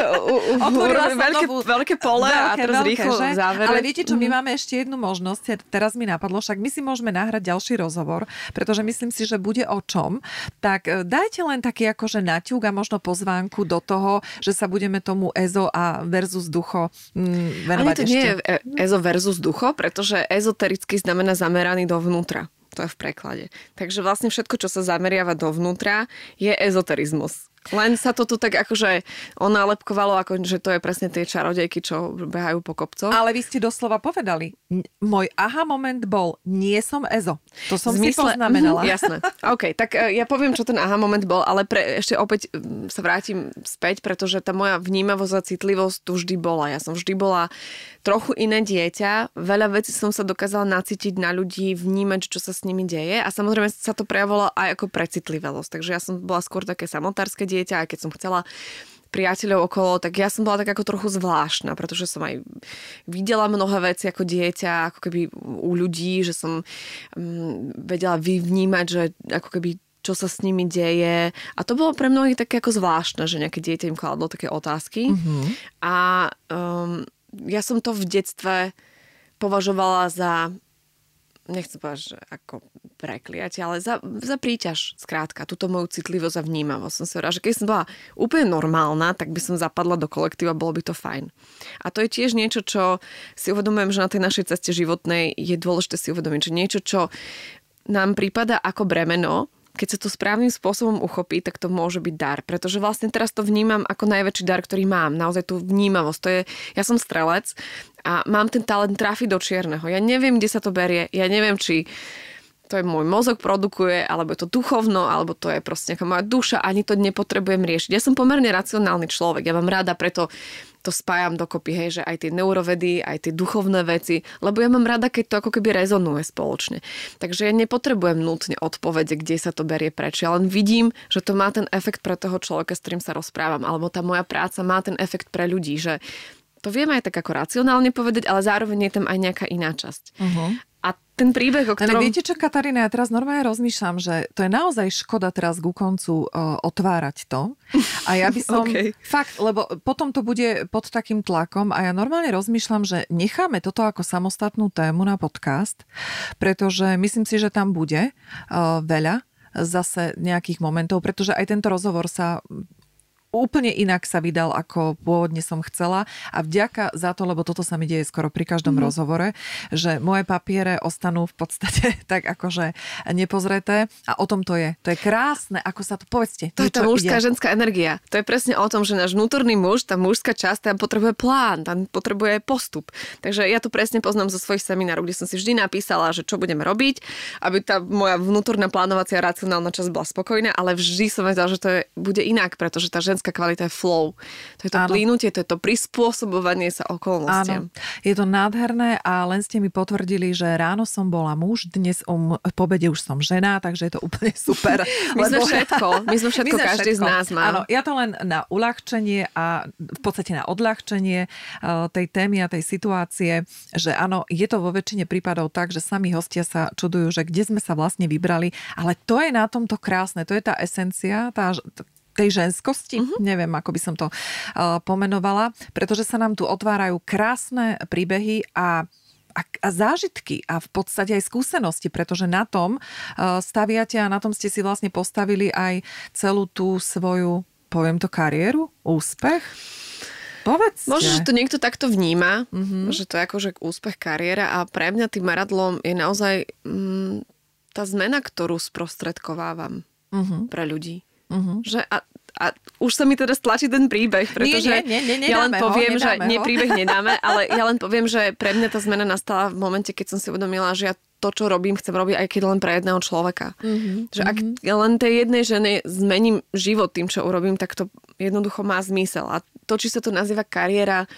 otvorili veľké, veľké pole veľké, a teraz veľké, rýchlo v závere. Ale viete čo, my máme ešte jednu možnosť, teraz mi napadlo, však my si môžeme nahrať ďalší rozhovor, pretože myslím si, že bude o čom. Tak dajte len taký akože naťuk a možno pozvánku do toho, že sa budeme tomu EZO a versus ducho mm, venovať ešte. Ale to nie je EZO versus ducho, pretože ezotericky znamená zameraný dovnútra. To je v preklade. Takže vlastne všetko, čo sa zameriava dovnútra, je ezoterizmus. Len sa to tu tak akože onálepkovalo, ako, že to je presne tie čarodejky, čo behajú po kopcoch. Ale vy ste doslova povedali, môj aha moment bol, nie som Ezo. To som Zmysle... si poznamenala. Mm, jasné. OK, tak ja poviem, čo ten aha moment bol, ale pre, ešte opäť sa vrátim späť, pretože tá moja vnímavosť a citlivosť tu vždy bola. Ja som vždy bola trochu iné dieťa. Veľa vecí som sa dokázala nacítiť na ľudí, vnímať, čo sa s nimi deje a samozrejme sa to prejavovalo aj ako precitlivosť. Takže ja som bola skôr také samotárske dieťa, aj keď som chcela priateľov okolo, tak ja som bola tak ako trochu zvláštna, pretože som aj videla mnohé veci ako dieťa, ako keby u ľudí, že som um, vedela vyvnímať, že ako keby čo sa s nimi deje. A to bolo pre mnohých také ako zvláštne, že nejaké dieťa im kladlo také otázky. Mm-hmm. A um, ja som to v detstve považovala za, nechcem povedať, že ako prekliatie, ale za, za príťaž, skrátka, túto moju citlivosť a vnímavosť. Som si hovorila, že keď som bola úplne normálna, tak by som zapadla do kolektíva, bolo by to fajn. A to je tiež niečo, čo si uvedomujem, že na tej našej ceste životnej je dôležité si uvedomiť, že niečo, čo nám prípada ako bremeno, keď sa to správnym spôsobom uchopí, tak to môže byť dar. Pretože vlastne teraz to vnímam ako najväčší dar, ktorý mám. Naozaj tú vnímavosť. To je, ja som strelec a mám ten talent trafiť do čierneho. Ja neviem, kde sa to berie. Ja neviem, či to je môj mozog produkuje, alebo je to duchovno, alebo to je proste nejaká moja duša. Ani to nepotrebujem riešiť. Ja som pomerne racionálny človek. Ja mám rada, preto to spájam dokopy, hej, že aj tie neurovedy, aj tie duchovné veci, lebo ja mám rada, keď to ako keby rezonuje spoločne. Takže ja nepotrebujem nutne odpovede, kde sa to berie preč. Ja len vidím, že to má ten efekt pre toho človeka, s ktorým sa rozprávam, alebo tá moja práca má ten efekt pre ľudí, že to vieme aj tak ako racionálne povedať, ale zároveň je tam aj nejaká iná časť. Uh-huh. A ten príbeh, o ktorom... Ale viete čo, Katarína, ja teraz normálne rozmýšľam, že to je naozaj škoda teraz ku koncu uh, otvárať to. A ja by som... okay. Fakt, lebo potom to bude pod takým tlakom a ja normálne rozmýšľam, že necháme toto ako samostatnú tému na podcast, pretože myslím si, že tam bude uh, veľa zase nejakých momentov, pretože aj tento rozhovor sa... úplne inak sa vydal, ako pôvodne som chcela a vďaka za to, lebo toto sa mi deje skoro pri každom mm. rozhovore, že moje papiere ostanú v podstate tak akože nepozreté a o tom to je. To je krásne, ako sa to, povedzte. To je tá mužská, ide. Ženská energia. To je presne o tom, že náš vnútorný muž, tá mužská časť, tam potrebuje plán, tam potrebuje postup. Takže ja to presne poznám zo svojich seminárov, kde som si vždy napísala, že čo budeme robiť, aby tá moja vnútorná plánovacia racionálna časť bola spokojná, ale vždy som vedela, že to je, bude inak, pretože tá ženská kvalita je flow. To je to Áno. plynutie, to je to prispôsobovanie sa okolnostiam. Áno. Je to nádherné a len ste mi potvrdili, že ráno som bola muž, dnes um, po obede už som žena, takže je to úplne super. My sme všetko. My sme všetko, my sme každý všetko. Z nás má. Áno, ja to len na uľahčenie a v podstate na odľahčenie uh, tej témy a tej situácie, že áno, je to vo väčšine prípadov tak, že sami hostia sa čudujú, že kde sme sa vlastne vybrali, ale to je na tomto krásne, to je tá esencia, tá tej ženskosti, uh-huh. neviem, ako by som to uh, pomenovala, pretože sa nám tu otvárajú krásne príbehy a, a, a zážitky a v podstate aj skúsenosti, pretože na tom uh, staviate a na tom ste si vlastne postavili aj celú tú svoju, poviem to, kariéru, úspech. Povedzte. Možno, že to niekto takto vníma, uh-huh. že to je akože úspech kariéra a pre mňa tým meradlom je naozaj mm, tá zmena, ktorú sprostredkovávam uh-huh. pre ľudí. Uh-huh. Že a, a už sa mi teda stlačí ten príbeh, pretože nie, nie, nie, ja len poviem, ho, že nie, príbeh nedáme, ale ja len poviem, že pre mňa tá zmena nastala v momente, keď som si uvedomila, že ja to, čo robím, chcem robiť aj keď len pre jedného človeka. Uh-huh. Že ak len tej jednej žene zmením život tým, čo urobím, tak to jednoducho má zmysel. A to, či sa to nazýva kariéra,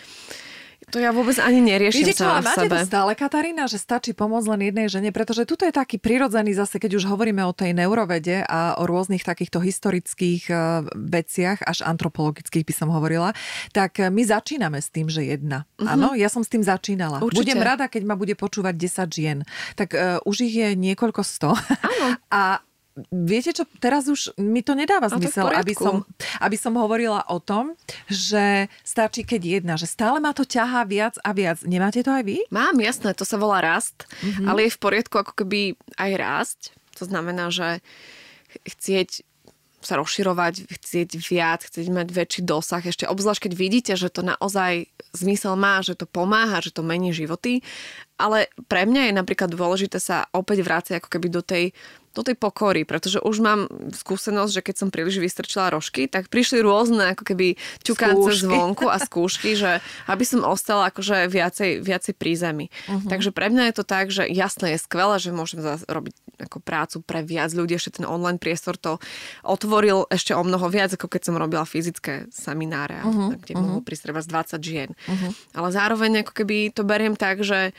to ja vôbec ani neriešim. Viete čo, sama máte v sebe. to stále, Katarína, že stačí pomôcť len jednej žene, pretože tuto je taký prirodzený zase, keď už hovoríme o tej neurovede a o rôznych takýchto historických veciach, až antropologických by som hovorila, tak my začíname s tým, že jedna. Áno, uh-huh. ja som s tým začínala. Určite. Budem rada, keď ma bude počúvať desať žien. Tak uh, už ich je niekoľko sto. Áno. A viete čo, teraz už mi to nedáva zmysel, to aby, som, aby som hovorila o tom, že stačí keď jedna, že stále ma to ťahá viac a viac. Nemáte to aj vy? Mám, jasné, to sa volá rast, mm-hmm. ale je v poriadku ako keby aj rásť. To znamená, že chcieť sa rozširovať, chcieť viac, chcieť mať väčší dosah. Ešte obzvlášť, keď vidíte, že to naozaj zmysel má, že to pomáha, že to mení životy. ale pre mňa je napríklad dôležité sa opäť vrácať ako keby do tej do tej pokory, pretože už mám skúsenosť, že keď som príliš vystrčila rožky, tak prišli rôzne ako keby ťukance zvonku a skúšky, že aby som ostala akože viacej, viacej pri zemi. Uh-huh. Takže pre mňa je to tak, že jasné je skvelé, že môžem robiť ako prácu pre viac ľudí, ešte ten online priestor to otvoril ešte o mnoho viac, ako keď som robila fyzické semináre, uh-huh. kde uh-huh. mohol prísť treba z dvadsať žien. Uh-huh. Ale zároveň ako keby to beriem tak, že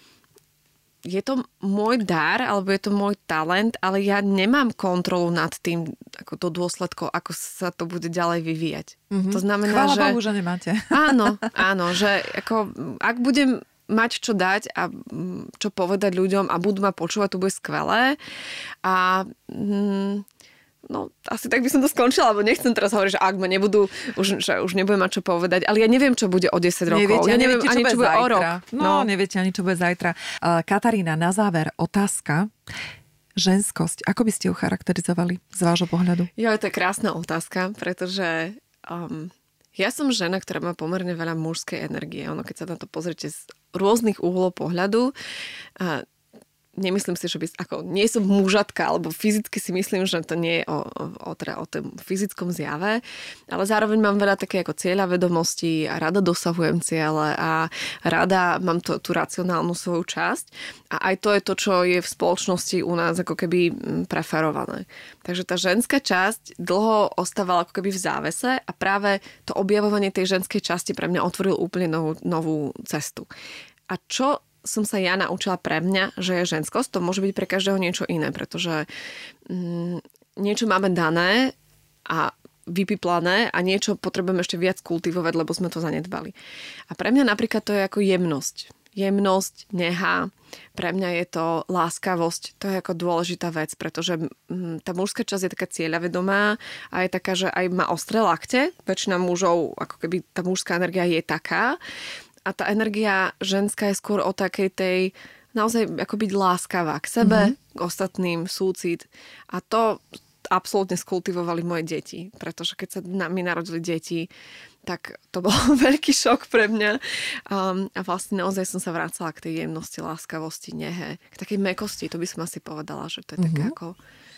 je to môj dar, alebo je to môj talent, ale ja nemám kontrolu nad tým, ako to dôsledko, ako sa to bude ďalej vyvíjať. Mm-hmm. To znamená, Chvála že... Bohu, že nemáte. Áno, áno, že ako, ak budem mať čo dať a čo povedať ľuďom a budú ma počúvať, to bude skvelé. A... Mm, No, asi tak by som to skončila, lebo nechcem teraz hovoriť, že ak ma nebudú, už, že už nebudem mať čo povedať, ale ja neviem, čo bude o desať rokov. Neviete, ja neviem neviete, ani, čo bude zajtra. o rok. No, no, neviete ani, čo bude zajtra. Uh, Katarína, na záver otázka. Ženskosť, ako by ste ju charakterizovali z vášho pohľadu? Jo, to je krásna otázka, pretože um, ja som žena, ktorá má pomerne veľa mužskej energie. Ono, keď sa na to pozrite z rôznych uhlov pohľadu, uh, nemyslím si, že by, ako nie som mužatka, alebo fyzicky si myslím, že to nie je o, o, o, teda o tom fyzickom zjave, ale zároveň mám veľa také ako cieľavedomostí a rada dosahujem ciele a rada mám to, tú racionálnu svoju časť a aj to je to, čo je v spoločnosti u nás ako keby preferované. Takže tá ženská časť dlho ostávala ako keby v závese a práve to objavovanie tej ženskej časti pre mňa otvoril úplne novú, novú cestu. A čo som sa ja naučila pre mňa, že je ženskosť, to môže byť pre každého niečo iné, pretože mm, niečo máme dané a vypiplané a niečo potrebujeme ešte viac kultivovať, lebo sme to zanedbali. A pre mňa napríklad to je ako jemnosť. Jemnosť, neha, pre mňa je to láskavosť, to je ako dôležitá vec, pretože mm, tá mužská časť je taká cieľavedomá a je taká, že aj má ostré lakte, väčšina mužov, ako keby tá mužská energia je taká. A tá energia ženská je skôr o takej tej, naozaj ako byť láskavá k sebe, mm-hmm. k ostatným, súcit. A to absolútne skultivovali moje deti. Pretože keď sa na, mi narodili deti, tak to bol veľký šok pre mňa. Um, a vlastne naozaj som sa vracala k tej jemnosti, láskavosti, nehe. K takej mekosti, to by som asi povedala, že to je mm-hmm. také ako...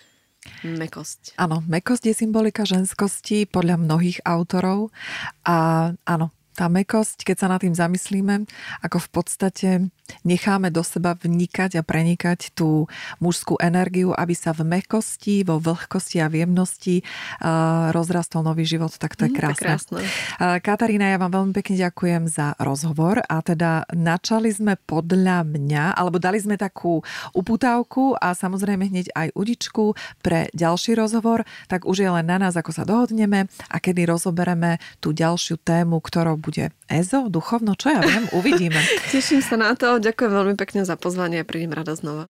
Mekosť. Áno, mekosť je symbolika ženskosti podľa mnohých autorov. A áno, tá mekosť, keď sa nad tým zamyslíme, ako v podstate necháme do seba vnikať a prenikať tú mužskú energiu, aby sa v mekosti, vo vlhkosti a v jemnosti uh, rozrastol nový život, tak to je krásne. Mm, krásne. Uh, Katarína, ja vám veľmi pekne ďakujem za rozhovor a teda načali sme podľa mňa, alebo dali sme takú uputávku a samozrejme hneď aj udičku pre ďalší rozhovor, tak už je len na nás, ako sa dohodneme a kedy rozobereme tú ďalšiu tému, ktorou bude ezo, duchovno, čo ja viem, uvidíme. Teším sa na to, ďakujem veľmi pekne za pozvanie a prídem rada znova.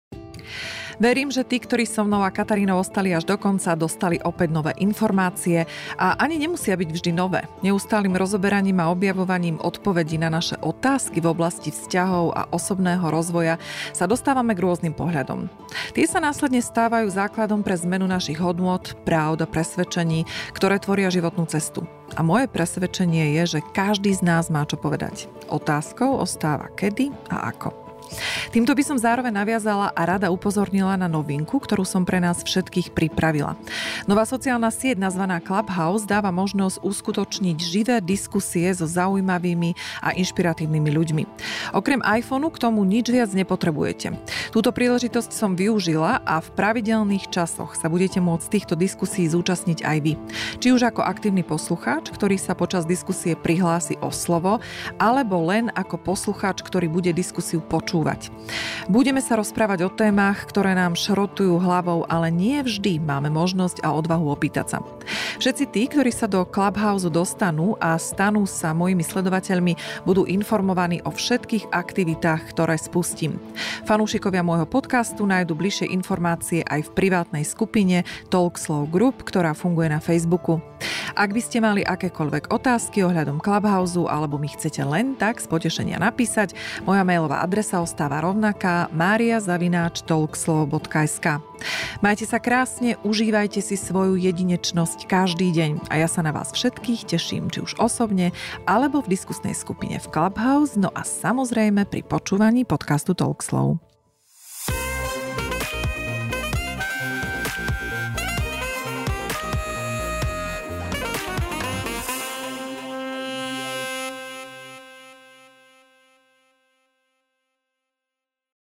Verím, že tí, ktorí so mnou a Katarínou ostali až do konca, dostali opäť nové informácie a ani nemusia byť vždy nové. Neustálym rozoberaním a objavovaním odpovedí na naše otázky v oblasti vzťahov a osobného rozvoja sa dostávame k rôznym pohľadom. Tie sa následne stávajú základom pre zmenu našich hodnôt, práv a presvedčení, ktoré tvoria životnú cestu. A moje presvedčenie je, že každý z nás má čo povedať. Otázkou ostáva kedy a ako. Týmto by som zároveň naviazala a rada upozornila na novinku, ktorú som pre nás všetkých pripravila. Nová sociálna sieť nazvaná Clubhouse dáva možnosť uskutočniť živé diskusie so zaujímavými a inšpiratívnymi ľuďmi. Okrem iPhoneu k tomu nič viac nepotrebujete. Túto príležitosť som využila a v pravidelných časoch sa budete môcť týchto diskusí zúčastniť aj vy. Či už ako aktívny poslucháč, ktorý sa počas diskusie prihlási o slovo, alebo len ako poslucháč, ktorý bude diskusiu počúvať. Budeme sa rozprávať o témach, ktoré nám šrotujú hlavou, ale nie vždy máme možnosť a odvahu opýtať sa. Všetci tí, ktorí sa do Clubhouse dostanú a stanú sa mojimi sledovateľmi, budú informovaní o všetkých aktivitách, ktoré spustím. Fanúšikovia môjho podcastu nájdu bližšie informácie aj v privátnej skupine Talkslow Group, ktorá funguje na Facebooku. Ak by ste mali akékoľvek otázky ohľadom Clubhouse alebo mi chcete len tak z potešenia napísať, moja mailová adresa adresa ostáva rovnaká mária zavináč talkslow bodka es ká. Majte sa krásne, užívajte si svoju jedinečnosť každý deň a ja sa na vás všetkých teším, či už osobne, alebo v diskusnej skupine v Clubhouse, no a samozrejme pri počúvaní podcastu Talkslow.